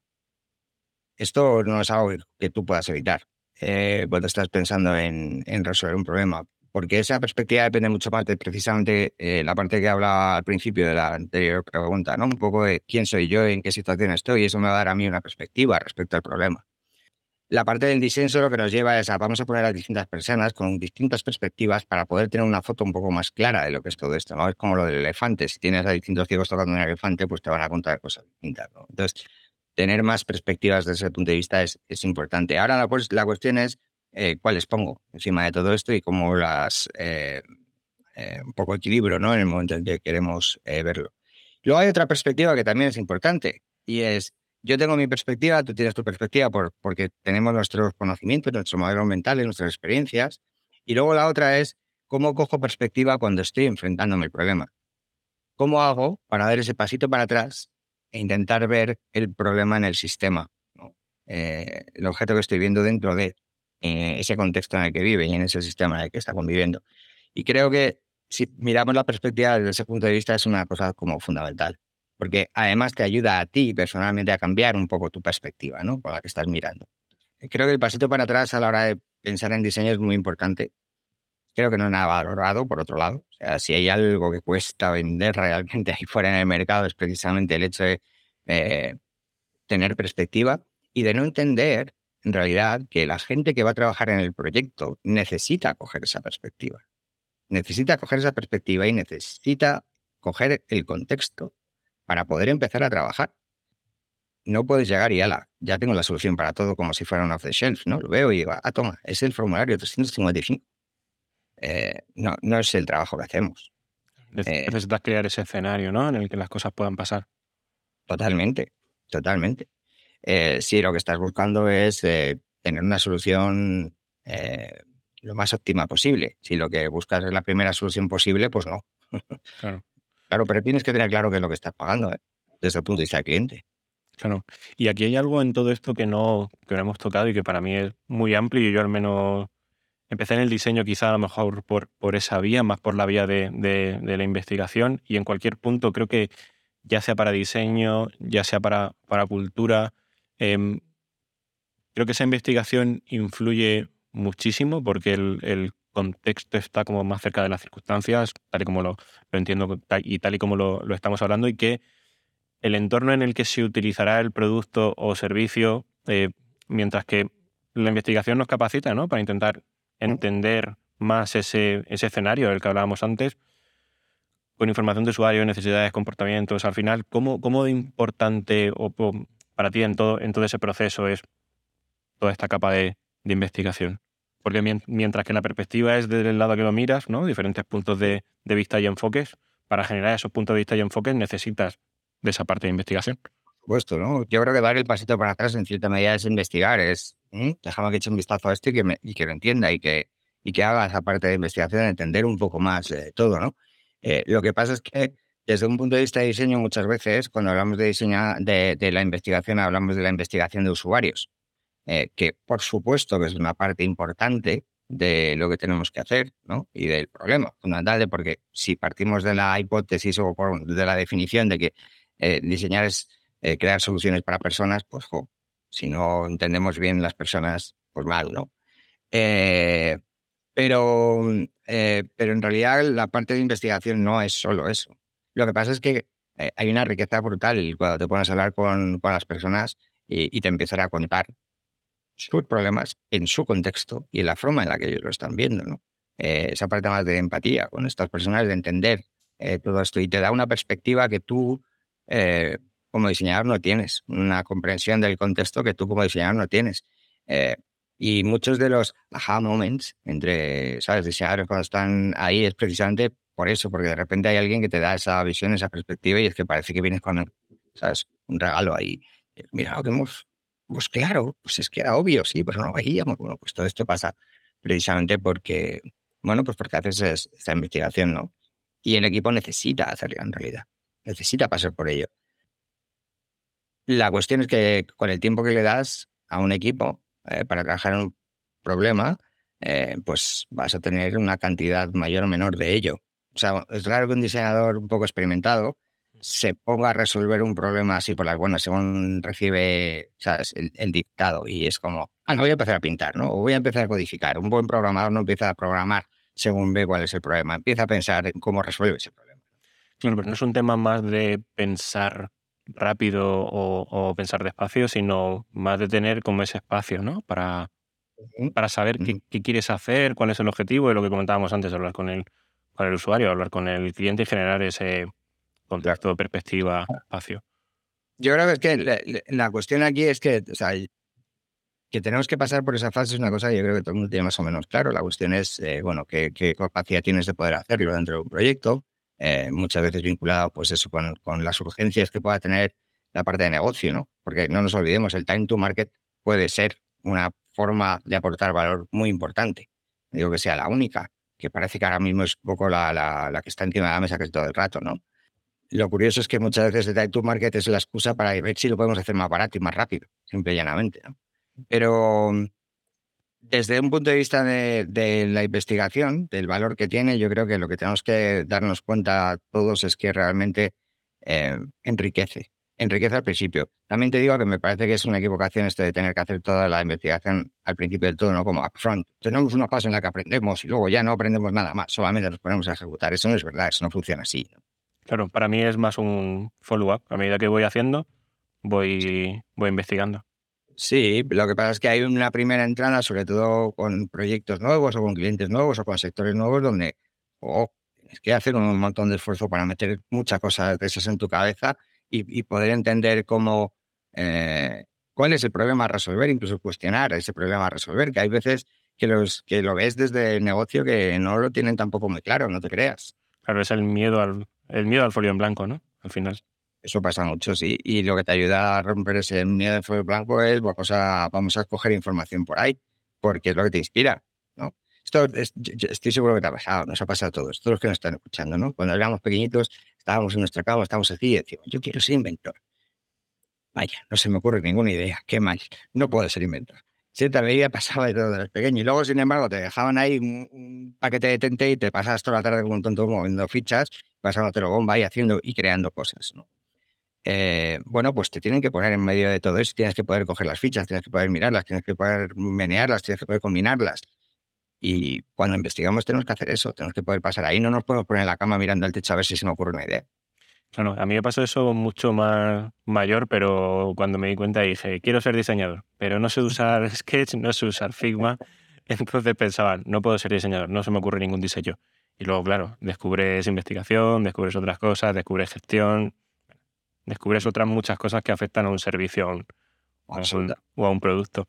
Esto no es algo que tú puedas evitar eh, cuando estás pensando en, en resolver un problema, porque esa perspectiva depende mucho más de precisamente eh, la parte que hablaba al principio de la anterior pregunta, ¿no? Un poco de quién soy yo, en qué situación estoy, y eso me va a dar a mí una perspectiva respecto al problema. La parte del disenso lo que nos lleva es a vamos a poner a distintas personas con distintas perspectivas para poder tener una foto un poco más clara de lo que es todo esto, ¿no? Es como lo del elefante. Si tienes a distintos ciegos tocando un elefante, pues te van a contar cosas distintas, ¿no? Entonces, tener más perspectivas desde ese punto de vista es, es importante. Ahora la, pues, la cuestión es eh, cuáles pongo encima de todo esto y cómo las... Eh, eh, un poco equilibrio, ¿no? En el momento en que queremos eh, verlo. Luego hay otra perspectiva que también es importante y es, yo tengo mi perspectiva, tú tienes tu perspectiva por, porque tenemos nuestros conocimientos, nuestros modelos mentales, nuestras experiencias. Y luego la otra es, ¿cómo cojo perspectiva cuando estoy enfrentándome al problema? ¿Cómo hago para dar ese pasito para atrás e intentar ver el problema en el sistema, ¿no? Eh, el objeto que estoy viendo dentro de eh, ese contexto en el que vive y en ese sistema en el que está conviviendo? Y creo que si miramos la perspectiva desde ese punto de vista es una cosa como fundamental, porque además te ayuda a ti personalmente a cambiar un poco tu perspectiva, ¿no? Por la que estás mirando. Creo que el pasito para atrás a la hora de pensar en diseño es muy importante. Creo que no es nada valorado, por otro lado. O sea, si hay algo que cuesta vender realmente ahí fuera en el mercado es precisamente el hecho de eh, tener perspectiva y de no entender, en realidad, que la gente que va a trabajar en el proyecto necesita coger esa perspectiva. Necesita coger esa perspectiva y necesita coger el contexto para poder empezar a trabajar. No puedes llegar y ala, ya tengo la solución para todo como si fuera un off the shelf, ¿no? Lo veo y digo, ah, toma, es el formulario trescientos cincuenta y cinco. Eh, no, no es el trabajo que hacemos. Nece- Eh, Necesitas crear ese escenario, ¿no? En el que las cosas puedan pasar. totalmente, totalmente. Eh, sí, lo que estás buscando es eh, tener una solución eh, lo más óptima posible. Si lo que buscas es la primera solución posible, pues no. Claro, Claro, pero tienes que tener claro qué es lo que estás pagando, ¿eh? Desde el punto de vista del cliente. claro. Y aquí hay algo en todo esto que no, que no hemos tocado y que para mí es muy amplio y yo al menos empecé en el diseño quizá a lo mejor por, por esa vía, más por la vía de, de- de la investigación y en cualquier punto creo que ya sea para diseño, ya sea para, para cultura, em, creo que esa investigación influye muchísimo porque el, el contexto está como más cerca de las circunstancias, tal y como lo, lo entiendo tal- y tal y como lo, lo estamos hablando, y que el entorno en el que se utilizará el producto o servicio, eh, mientras que la investigación nos capacita, ¿no? Para intentar ¿Mm? entender más ese, ese escenario del que hablábamos antes, con información de usuario, necesidades, comportamientos. Al final, ¿cómo, cómo de importante o, o para ti en todo, en todo ese proceso es toda esta capa de, de investigación? Porque mien- mientras que la perspectiva es desde el lado que lo miras, ¿no? Diferentes puntos de, de vista y enfoques, para generar esos puntos de vista y enfoques necesitas de esa parte de investigación. Supuesto, ¿no? Yo creo que dar el pasito para atrás en cierta medida es investigar, es ¿eh? déjame que eche un vistazo a esto y que, me, y que lo entienda y que, y que haga esa parte de investigación, entender un poco más eh, todo, ¿no? Eh, lo que pasa es que desde un punto de vista de diseño muchas veces cuando hablamos de diseño de, de la investigación hablamos de la investigación de usuarios, eh, que por supuesto que es una parte importante de lo que tenemos que hacer, ¿no? Y del problema fundamental de porque si partimos de la hipótesis o por- de la definición de que eh, diseñar es eh, crear soluciones para personas, pues jo, si no entendemos bien las personas, pues mal, ¿no? Eh, pero, eh, pero en realidad la parte de investigación no es solo eso. Lo que pasa es que eh, hay una riqueza brutal cuando te pones a hablar con, con las personas y, y te empiezan a contar sus problemas en su contexto y en la forma en la que ellos lo están viendo, ¿no? Eh, esa parte más de empatía con estas personas, de entender eh, todo esto y te da una perspectiva que tú eh, como diseñador no tienes, una comprensión del contexto que tú como diseñador no tienes. Eh, y muchos de los aha moments entre, ¿sabes?, diseñadores cuando están ahí es precisamente por eso, porque de repente hay alguien que te da esa visión, esa perspectiva y es que parece que vienes con, ¿sabes?, un regalo ahí. Mira lo que hemos pues claro, pues es que era obvio, sí, pero no lo veíamos. Bueno, pues todo esto pasa precisamente porque, bueno, pues porque haces es- esta investigación, ¿no? Y el equipo necesita hacerla en realidad, necesita pasar por ello. La cuestión es que con el tiempo que le das a un equipo eh, para trabajar en un problema, eh, pues vas a tener una cantidad mayor o menor de ello. O sea, es raro que un diseñador un poco experimentado se ponga a resolver un problema así por las buenas, según recibe, ¿sabes?, el, el dictado. Y es como, ah, no voy a empezar a pintar, ¿no? O voy a empezar a codificar. Un buen programador no empieza a programar según ve cuál es el problema, empieza a pensar en cómo resuelve ese problema. Claro, pero no es un tema más de pensar rápido o, o pensar despacio, sino más de tener como ese espacio, ¿no? Para, Ujú, para saber qué, ujú. qué quieres hacer, cuál es el objetivo y lo que comentábamos antes, hablar con el, con el usuario, hablar con el cliente y generar ese Claro. contexto, perspectiva, espacio. Yo creo que es que la, la- la cuestión aquí es que, o sea, que tenemos que pasar por esa fase es una cosa que yo creo que todo el mundo tiene más o menos claro. La cuestión es, eh, bueno, qué, qué capacidad tienes de poder hacerlo dentro de un proyecto, eh, muchas veces vinculado, pues eso, con, con las urgencias que pueda tener la parte de negocio, ¿no? Porque no nos olvidemos, el time to market puede ser una forma de aportar valor muy importante. No digo que sea la única, que parece que ahora mismo es un poco la, la, la que está encima de la mesa que es todo el rato, ¿no? Lo curioso es que muchas veces el time to market es la excusa para ver si lo podemos hacer más barato y más rápido, simple y llanamente, ¿no? Pero desde un punto de vista de, de la investigación, del valor que tiene, yo creo que lo que tenemos que darnos cuenta todos es que realmente eh, enriquece. Enriquece al principio. También te digo que me parece que es una equivocación esto de tener que hacer toda la investigación al principio del todo, ¿no? Como upfront. Tenemos una fase en la que aprendemos y luego ya no aprendemos nada más, solamente nos ponemos a ejecutar. Eso no es verdad, eso no funciona así, ¿no? Claro, para mí es más un follow-up. A medida que voy haciendo, voy, voy investigando. Sí, lo que pasa es que hay una primera entrada, sobre todo con proyectos nuevos o con clientes nuevos o con sectores nuevos, donde oh, tienes que hacer un montón de esfuerzo para meter muchas cosas de esas en tu cabeza y, y poder entender cómo, eh, cuál es el problema a resolver, incluso cuestionar ese problema a resolver, que hay veces que, los, que lo ves desde el negocio que no lo tienen tampoco muy claro, no te creas. Claro, es el miedo al, el miedo al folio en blanco, ¿no? Al final. Eso pasa mucho, sí. Y lo que te ayuda a romper ese miedo de fuego blanco es, vamos a, vamos a escoger información por ahí, porque es lo que te inspira, ¿no? Esto es- yo- yo estoy seguro que te ha pasado, nos ha pasado a todos, todos los que nos están escuchando, ¿no? Cuando éramos pequeñitos, estábamos en nuestra cama, estábamos así y decíamos, yo quiero ser inventor. Vaya, no se me ocurre ninguna idea, qué mal, no puedo ser inventor. Cierta medida pasaba de todo de los pequeños y luego, sin embargo, te dejaban ahí un, un paquete de tente y te pasabas toda la tarde como un tonto moviendo fichas, pasándotelo bomba y haciendo y creando cosas, ¿no? Eh, bueno, pues te tienen que poner en medio de todo eso, tienes que poder coger las fichas, tienes que poder mirarlas, tienes que poder menearlas, tienes que poder combinarlas. Y cuando investigamos tenemos que hacer eso, tenemos que poder pasar ahí, no nos podemos poner en la cama mirando al techo a ver si se me ocurre una idea. Claro, a mí me pasó eso mucho más mayor, pero cuando me di cuenta dije, quiero ser diseñador, pero no sé usar Sketch, no sé usar Figma. Entonces pensaba, no puedo ser diseñador, no se me ocurre ningún diseño. Y luego, claro, descubres investigación, descubres otras cosas, descubres gestión, descubres otras muchas cosas que afectan a un servicio o a un, o a un- Absoluta. o a un producto.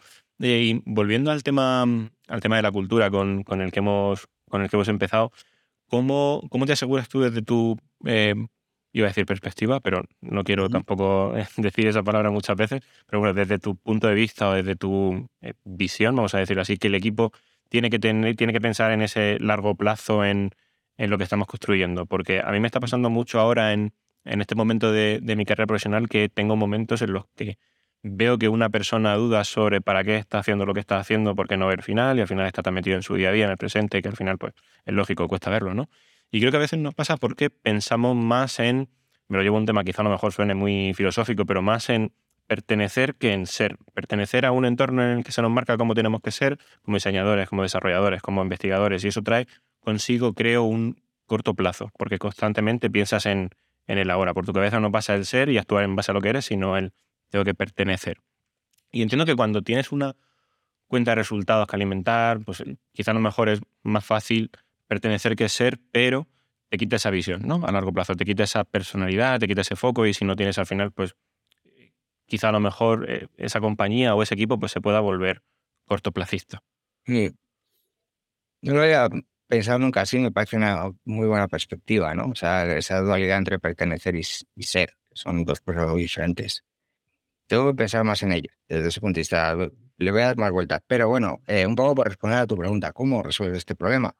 Eh, y volviendo al tema, al tema de la cultura con, con el que hemos, con el que hemos empezado, ¿cómo, cómo te aseguras tú desde tu, eh, iba a decir perspectiva, pero no quiero Ujú. tampoco eh, decir esa palabra muchas veces, pero bueno, desde tu punto de vista o desde tu eh, visión, vamos a decirlo así, que el equipo tiene que tener, tiene que pensar en ese largo plazo en, en lo que estamos construyendo? Porque a mí me está pasando mucho ahora en, en este momento de, de mi carrera profesional, que tengo momentos en los que veo que una persona duda sobre para qué está haciendo lo que está haciendo, porque no ve el final, y al final está tan metido en su día a día, en el presente, que al final, pues, es lógico, cuesta verlo, ¿no? Y creo que a veces nos pasa porque pensamos más en, me lo llevo a un tema quizá a lo mejor suene muy filosófico, pero más en pertenecer que en ser. Pertenecer a un entorno en el que se nos marca cómo tenemos que ser, como diseñadores, como desarrolladores, como investigadores, y eso trae consigo, creo, un corto plazo, porque constantemente piensas en, en el ahora. Por tu cabeza no pasa el ser y actuar en base a lo que eres, sino el tengo que pertenecer. Y entiendo que cuando tienes una cuenta de resultados que alimentar, pues eh, quizá a lo mejor es más fácil pertenecer que ser, pero te quita esa visión, ¿no? A largo plazo, te quita esa personalidad, te quita ese foco, y si no tienes al final, pues eh, quizá a lo mejor eh, esa compañía o ese equipo pues se pueda volver cortoplacista. Sí, no lo había pensado nunca así, me parece una muy buena perspectiva, ¿no? O sea, esa dualidad entre pertenecer y, s- y ser, que son dos cosas muy diferentes. Tengo que pensar más en ello, desde ese punto de vista. Le voy a dar más vueltas. Pero bueno, eh, un poco por responder a tu pregunta, ¿cómo resuelves este problema?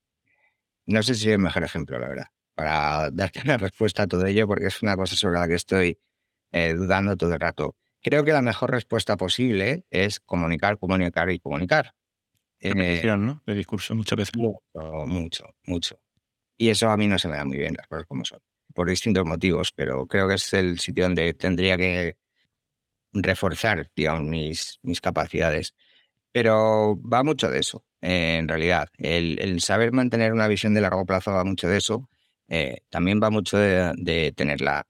No sé si es el mejor ejemplo, la verdad, para darte una respuesta a todo ello, porque es una cosa sobre la que estoy eh, dudando todo el rato. Creo que la mejor respuesta posible es comunicar, comunicar y comunicar. Eh, Repetición, ¿no? De discurso muchas veces. mucho, mucho, mucho. Y eso a mí no se me da muy bien, las cosas como son, por distintos motivos, pero creo que es el sitio donde tendría que reforzar, digamos, mis, mis capacidades. Pero va mucho de eso, eh, en realidad. El, el saber mantener una visión de largo plazo va mucho de eso. Eh, también va mucho de, de tenerla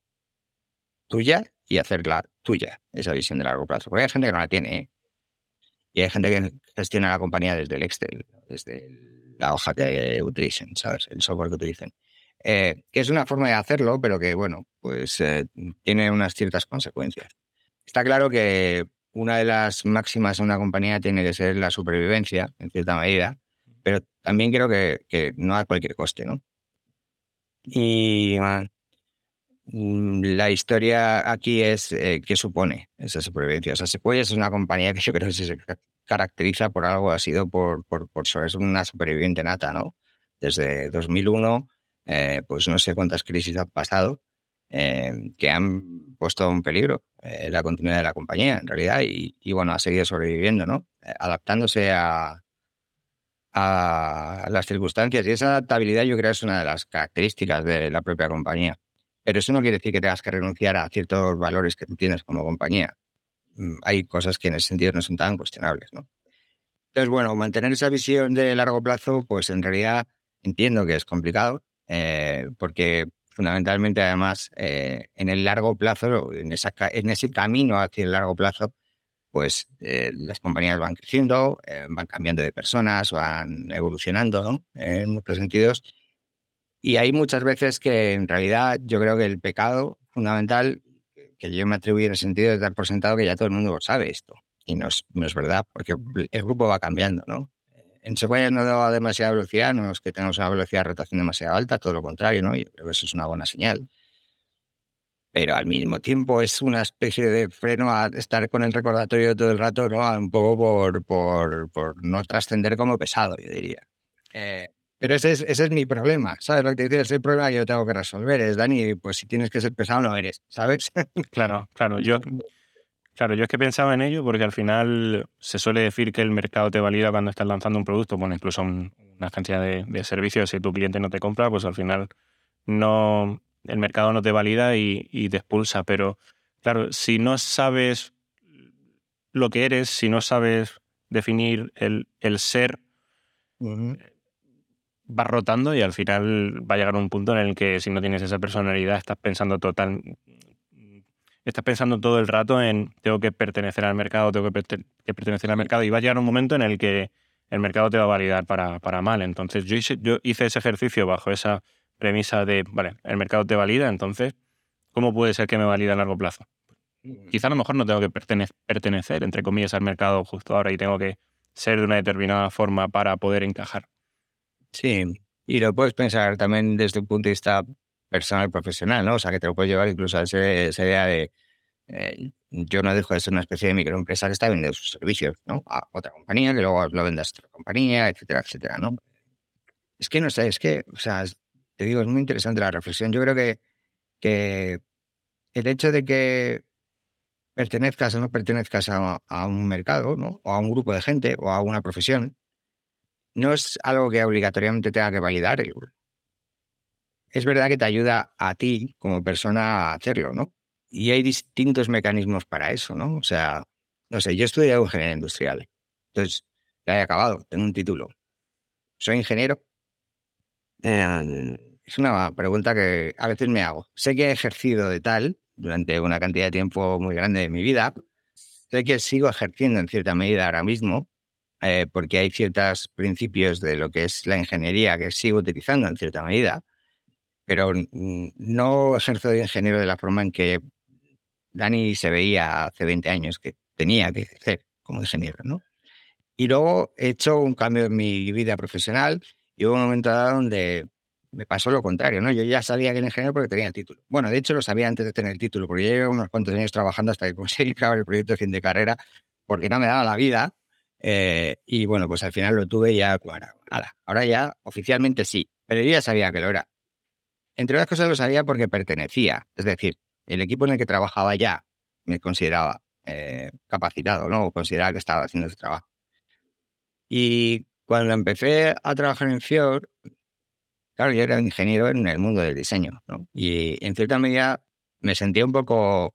tuya y hacerla tuya, esa visión de largo plazo. Porque hay gente que no la tiene, ¿eh? Y hay gente que gestiona la compañía desde el Excel, desde la hoja que utilicen, ¿sabes? El software que utilicen. Eh, que es una forma de hacerlo, pero que, bueno, pues eh, tiene unas ciertas consecuencias. Está claro que una de las máximas de una compañía tiene que ser la supervivencia, en cierta medida, pero también creo que, que no a cualquier coste, ¿no? Y ah, mm, la historia aquí es eh, qué supone esa supervivencia. O sea, Sequoia es una compañía que yo creo que se ca- caracteriza por algo, ha sido por, por, por ser una superviviente nata, ¿no? Desde dos mil uno, eh, pues no sé cuántas crisis han pasado, eh, que han puesto en peligro eh, la continuidad de la compañía, en realidad, y, y bueno, ha seguido sobreviviendo, ¿no? Eh, adaptándose a, a las circunstancias. Y esa adaptabilidad yo creo es una de las características de la propia compañía. Pero eso no quiere decir que tengas que renunciar a ciertos valores que tú tienes como compañía. Mm, Hay cosas que en ese sentido no son tan cuestionables, ¿no? Entonces, bueno, mantener esa visión de largo plazo, pues en realidad entiendo que es complicado, eh, porque fundamentalmente además eh, en el largo plazo, en, esa, ca- en ese camino hacia el largo plazo, pues eh, las compañías van creciendo, eh, van cambiando de personas, van evolucionando, ¿no? En muchos sentidos. Y hay muchas veces que en realidad yo creo que el pecado fundamental que yo me atribuyo en el sentido de dar por sentado que ya todo el mundo lo sabe esto. Y no es, no es verdad, porque el grupo va cambiando, ¿no? En Sequoia no da demasiada velocidad, no es que tengamos una velocidad de rotación demasiado alta, todo lo contrario, ¿no? Yo creo que eso es una buena señal. Pero al mismo tiempo es una especie de freno a estar con el recordatorio todo el rato, ¿no? Un poco por, por, por no trascender como pesado, yo diría. Eh, pero ese es, ese es mi problema, ¿sabes lo que te digo? Ese es el problema que yo tengo que resolver. Es, Dani, pues si tienes que ser pesado, no eres, ¿sabes? Claro, claro. Yo, claro, yo es que pensaba en ello porque al final se suele decir que el mercado te valida cuando estás lanzando un producto, bueno, incluso un- una agencia de, de servicios, si tu cliente no te compra, pues al final no, el mercado no te valida y, y te expulsa. Pero claro, si no sabes lo que eres, si no sabes definir el, el ser, Ujú. vas rotando y al final va a llegar un punto en el que si no tienes esa personalidad estás pensando total, estás pensando todo el rato en tengo que pertenecer al mercado, tengo que, perte- que pertenecer al mercado, y va a llegar un momento en el que el mercado te va a validar para, para mal. Entonces yo hice, yo hice ese ejercicio bajo esa premisa de, vale, el mercado te valida, entonces, ¿cómo puede ser que me valida a largo plazo? quizá a lo mejor no tengo que pertene- pertenecer, entre comillas, al mercado justo ahora y tengo que ser de una determinada forma para poder encajar. Sí, y lo puedes pensar también desde un punto de vista personal, profesional, ¿no? O sea, que te lo puedes llevar incluso a ese- esa idea de eh, yo no dejo de ser una especie de microempresa que está vendiendo sus servicios, ¿no? A otra compañía, que luego lo vendas a otra compañía, etcétera, etcétera, ¿no? Es que no sé, es que, o sea, es- te digo, es muy interesante la reflexión. Yo creo que, que el hecho de que pertenezcas o no pertenezcas a, a un mercado, ¿no? O a un grupo de gente o a una profesión, no es algo que obligatoriamente tenga que validar. Es verdad que te ayuda a ti como persona a hacerlo, ¿no? Y hay distintos mecanismos para eso, ¿no? O sea, no sé, yo estudié ingeniería industrial, entonces ya he acabado, tengo un título. ¿Soy ingeniero? Eh, es una pregunta que a veces me hago. Sé que he ejercido de tal durante una cantidad de tiempo muy grande de mi vida. Sé que sigo ejerciendo en cierta medida ahora mismo, eh, porque hay ciertos principios de lo que es la ingeniería que sigo utilizando en cierta medida, pero mm, no ejerzo de ingeniero de la forma en que Dani se veía hace veinte años que tenía que ejercer como ingeniero, ¿no? Y luego he hecho un cambio en mi vida profesional y hubo un momento dado donde me pasó lo contrario, ¿no? Yo ya sabía que era ingeniero porque tenía el título. Bueno, de hecho lo sabía antes de tener el título, porque yo llevo unos cuantos años trabajando hasta que conseguí acabar el proyecto de fin de carrera, porque no me daba la vida. Eh, y bueno, pues al final lo tuve y ya, bueno, ala, ahora ya oficialmente sí, pero yo ya sabía que lo era. Entre otras cosas lo sabía porque pertenecía, es decir, el equipo en el que trabajaba ya me consideraba eh, capacitado, ¿no? O consideraba que estaba haciendo ese trabajo. Y cuando empecé a trabajar en Fior, claro, yo era ingeniero en el mundo del diseño, ¿no? Y en cierta medida me sentía un poco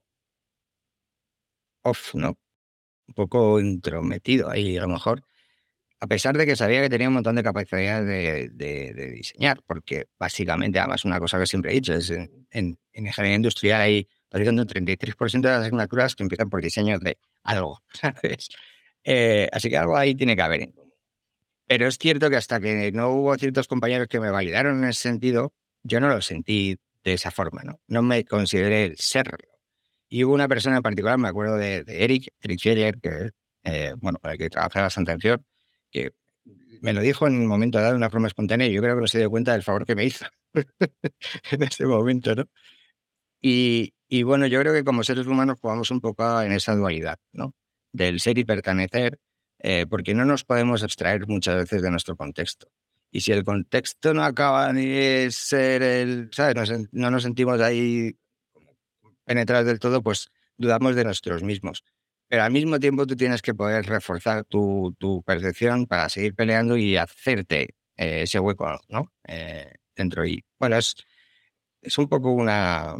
off, ¿no? Un poco intrometido ahí, a lo mejor, a pesar de que sabía que tenía un montón de capacidades de, de- de diseñar, porque básicamente, además, una cosa que siempre he dicho es en, en, en ingeniería industrial hay prácticamente un treinta y tres por ciento de las asignaturas que empiezan por diseño de algo, ¿sabes? Eh, así que algo ahí tiene que haber. Pero es cierto que hasta que no hubo ciertos compañeros que me validaron en ese sentido, yo no lo sentí de esa forma, ¿no? No me consideré el serlo. Y hubo una persona en particular, me acuerdo de, de Eric, Eric Scheller, que, eh, bueno, para el que trabajé bastante en Fior, que me lo dijo en un momento dado de una forma espontánea y yo creo que no se dio cuenta del favor que me hizo en ese momento, ¿no? Y, y bueno, yo creo que como seres humanos jugamos un poco en esa dualidad, ¿no? Del ser y pertenecer, eh, porque no nos podemos abstraer muchas veces de nuestro contexto. Y si el contexto no acaba de ser el, ¿sabes? No, sen- no nos sentimos ahí penetrados del todo, pues dudamos de nosotros mismos. Pero al mismo tiempo tú tienes que poder reforzar tu, tu percepción para seguir peleando y hacerte eh, ese hueco, ¿no? Eh, dentro y bueno, es, es un poco una,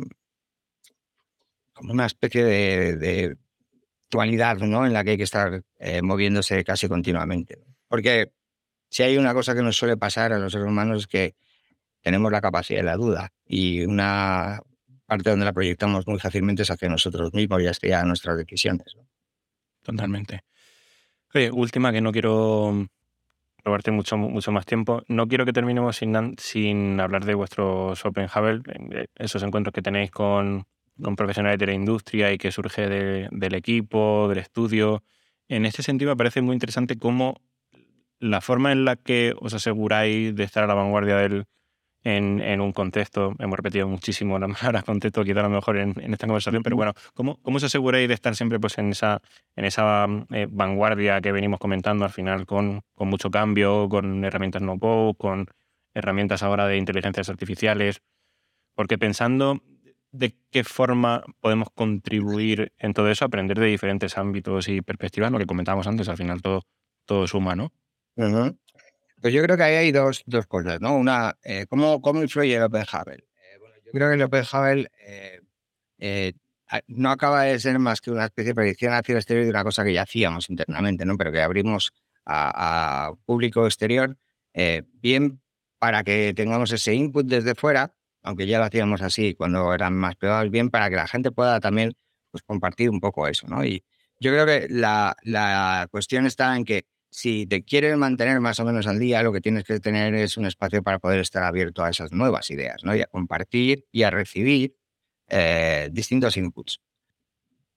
como una especie de, de dualidad, ¿no? En la que hay que estar eh, moviéndose casi continuamente. Porque si hay una cosa que nos suele pasar a los seres humanos es que tenemos la capacidad de la duda y una parte donde la proyectamos muy fácilmente es hacia nosotros mismos y hacia nuestras decisiones, ¿no? Totalmente. Oye, última, que no quiero robarte mucho, mucho más tiempo. No quiero que terminemos sin, an- sin hablar de vuestros Open Hubble, eh, esos encuentros que tenéis con, con profesionales de la industria y que surge de- del equipo, del estudio. En este sentido, me parece muy interesante cómo la forma en la que os aseguráis de estar a la vanguardia del, en, en un contexto, hemos repetido muchísimo las palabras contexto, quizá a lo mejor en, en esta conversación, pero Ujú. bueno, ¿cómo, cómo os aseguráis de estar siempre pues, en esa, en esa eh, vanguardia que venimos comentando al final con, con mucho cambio, con herramientas no-code, con herramientas ahora de inteligencias artificiales? Porque pensando de qué forma podemos contribuir en todo eso, aprender de diferentes ámbitos y perspectivas, lo que comentábamos antes, al final todo, todo suma, ¿no? Ujú. Pues yo creo que ahí hay dos, dos cosas, ¿no? Una, eh, ¿cómo, cómo influye el Open Hubble? Eh, bueno, yo creo que el Open Hubble eh, eh, a- no acaba de ser más que una especie de predicción hacia el exterior de una cosa que ya hacíamos internamente, ¿no? Pero que abrimos a, a público exterior, eh, bien para que tengamos ese input desde fuera, aunque ya lo hacíamos así cuando eran más privados, bien para que la gente pueda también pues, compartir un poco eso, ¿no? Y yo creo que la, la cuestión está en que si te quieres mantener más o menos al día, lo que tienes que tener es un espacio para poder estar abierto a esas nuevas ideas, ¿no? Y a compartir y a recibir eh, distintos inputs.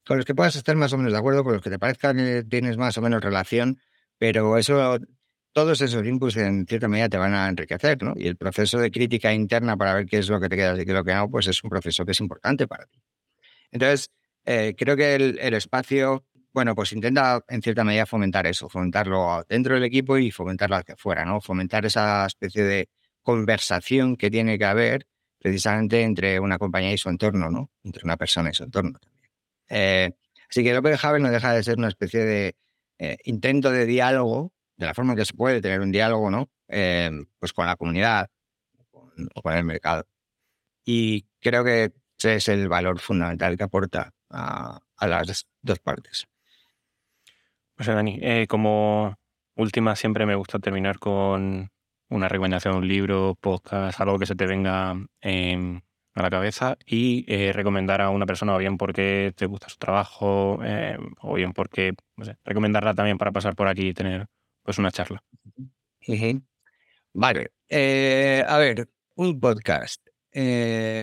con los que puedas estar más o menos de acuerdo, con los que te parezca que tienes más o menos relación, pero eso, todos esos inputs en cierta medida te van a enriquecer, ¿no? Y el proceso de crítica interna para ver qué es lo que te queda y qué es lo que no, pues es un proceso que es importante para ti. Entonces, eh, creo que el, el espacio, bueno, pues intenta en cierta medida fomentar eso, fomentarlo dentro del equipo y fomentarlo hacia afuera, ¿no? Fomentar esa especie de conversación que tiene que haber precisamente entre una compañía y su entorno, ¿no? Entre una persona y su entorno también. Eh, así que el Open Hub no deja de ser una especie de eh, intento de diálogo, de la forma que se puede tener un diálogo, ¿no? Eh, pues con la comunidad con, o con el mercado. Y creo que ese es el valor fundamental que aporta a, a las dos partes. O sea, Dani, eh, como última siempre me gusta terminar con una recomendación de un libro, podcast, algo que se te venga eh, a la cabeza y eh, recomendar a una persona o bien porque te gusta su trabajo eh, o bien porque, no sé, recomendarla también para pasar por aquí y tener pues una charla. Uh-huh. Vale. Eh, a ver, un podcast. Eh,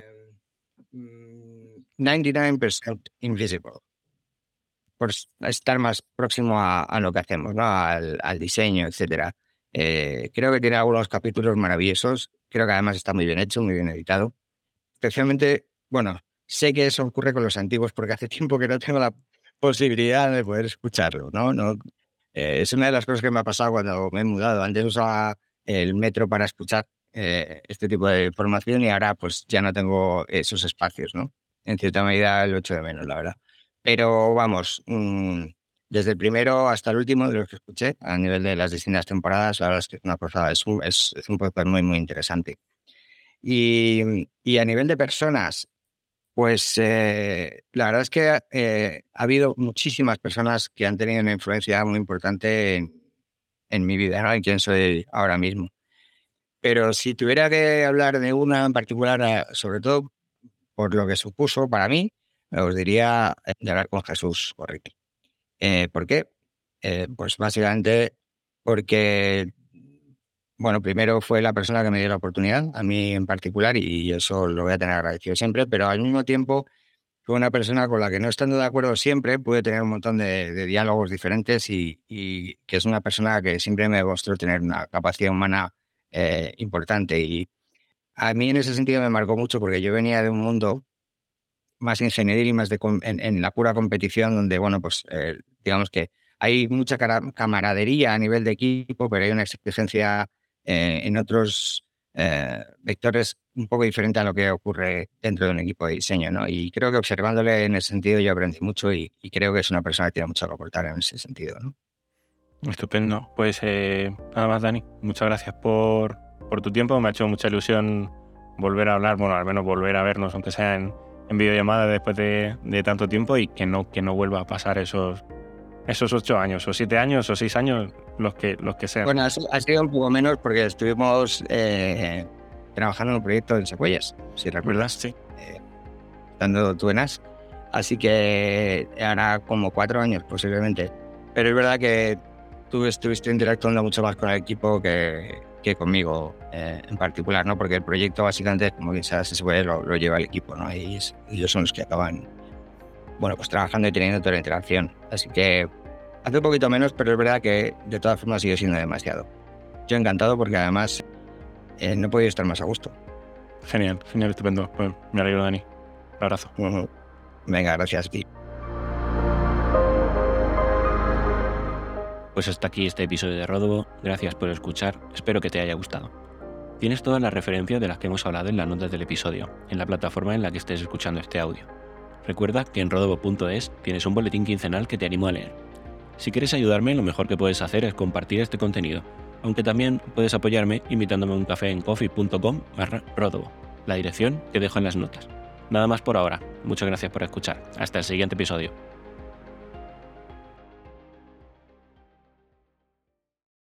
noventa y nueve por ciento Invisible. Por estar más próximo a, a lo que hacemos, ¿no? Al, al diseño, etcétera. Eh, creo que tiene algunos capítulos maravillosos. Creo que además está muy bien hecho, muy bien editado. Especialmente, bueno, sé que eso ocurre con los antiguos porque hace tiempo que no tengo la posibilidad de poder escucharlo, ¿no? no eh, es una de las cosas que me ha pasado cuando me he mudado. Antes usaba el metro para escuchar eh, este tipo de información y ahora pues ya no tengo esos espacios, ¿no? En cierta medida lo echo de menos, la verdad. Pero vamos, mmm, desde el primero hasta el último de los que escuché, a nivel de las distintas temporadas, la verdad es que es una cosa, es un, es, es un podcast muy, muy interesante. Y, y a nivel de personas, pues eh, la verdad es que eh, ha habido muchísimas personas que han tenido una influencia muy importante en, en mi vida, ¿no? En quién soy ahora mismo. Pero si tuviera que hablar de una en particular, eh, sobre todo por lo que supuso para mí, os diría eh, de hablar con Jesús Corrique. Eh, ¿Por qué? Eh, pues básicamente porque, bueno, primero fue la persona que me dio la oportunidad, a mí en particular, y eso lo voy a tener agradecido siempre, pero al mismo tiempo fue una persona con la que no estando de acuerdo siempre, pude tener un montón de, de diálogos diferentes y, y que es una persona que siempre me demostró tener una capacidad humana eh, importante. Y a mí en ese sentido me marcó mucho porque yo venía de un mundo más ingenieril y más de en, en la pura competición, donde, bueno, pues eh, digamos que hay mucha camaradería a nivel de equipo, pero hay una exigencia eh, en otros eh, vectores un poco diferente a lo que ocurre dentro de un equipo de diseño, ¿no? Y creo que observándole en ese sentido yo aprendí mucho y, y creo que es una persona que tiene mucho que aportar en ese sentido, ¿no? Estupendo. Pues eh, nada más, Dani. Muchas gracias por, por tu tiempo. Me ha hecho mucha ilusión volver a hablar, bueno, al menos volver a vernos, aunque sea en, en videollamada después de, de tanto tiempo y que no, que no vuelva a pasar esos, esos ocho años, o siete años, o seis años, los que, los que sean. Bueno, ha, ha sido un poco menos porque estuvimos eh, trabajando en un proyecto en Secuellas, si recuerdas. Sí. Eh, estando tú en As. Así que hará como cuatro años posiblemente. Pero es verdad que tú estuviste interactuando mucho más con el equipo que, que conmigo eh, en particular, ¿no? Porque el proyecto básicamente, como bien sabes, ese lo, lo lleva el equipo, ¿no? Y es, ellos son los que acaban, bueno, pues trabajando y teniendo toda la interacción. Así que hace un poquito menos, pero es verdad que de todas formas sigue siendo demasiado. Yo encantado porque además eh, no he podido estar más a gusto. Genial, genial, estupendo. Pues me alegro, Dani. Un abrazo. Uh-huh. Venga, gracias a ti. Pues hasta aquí este episodio de Ródovo. Gracias por escuchar. Espero que te haya gustado. Tienes todas las referencias de las que hemos hablado en las notas del episodio, en la plataforma en la que estés escuchando este audio. Recuerda que en rodovo punto es tienes un boletín quincenal que te animo a leer. Si quieres ayudarme, lo mejor que puedes hacer es compartir este contenido, aunque también puedes apoyarme invitándome a un café en coffee punto com barra rodovo, la dirección que dejo en las notas. Nada más por ahora. Muchas gracias por escuchar. Hasta el siguiente episodio.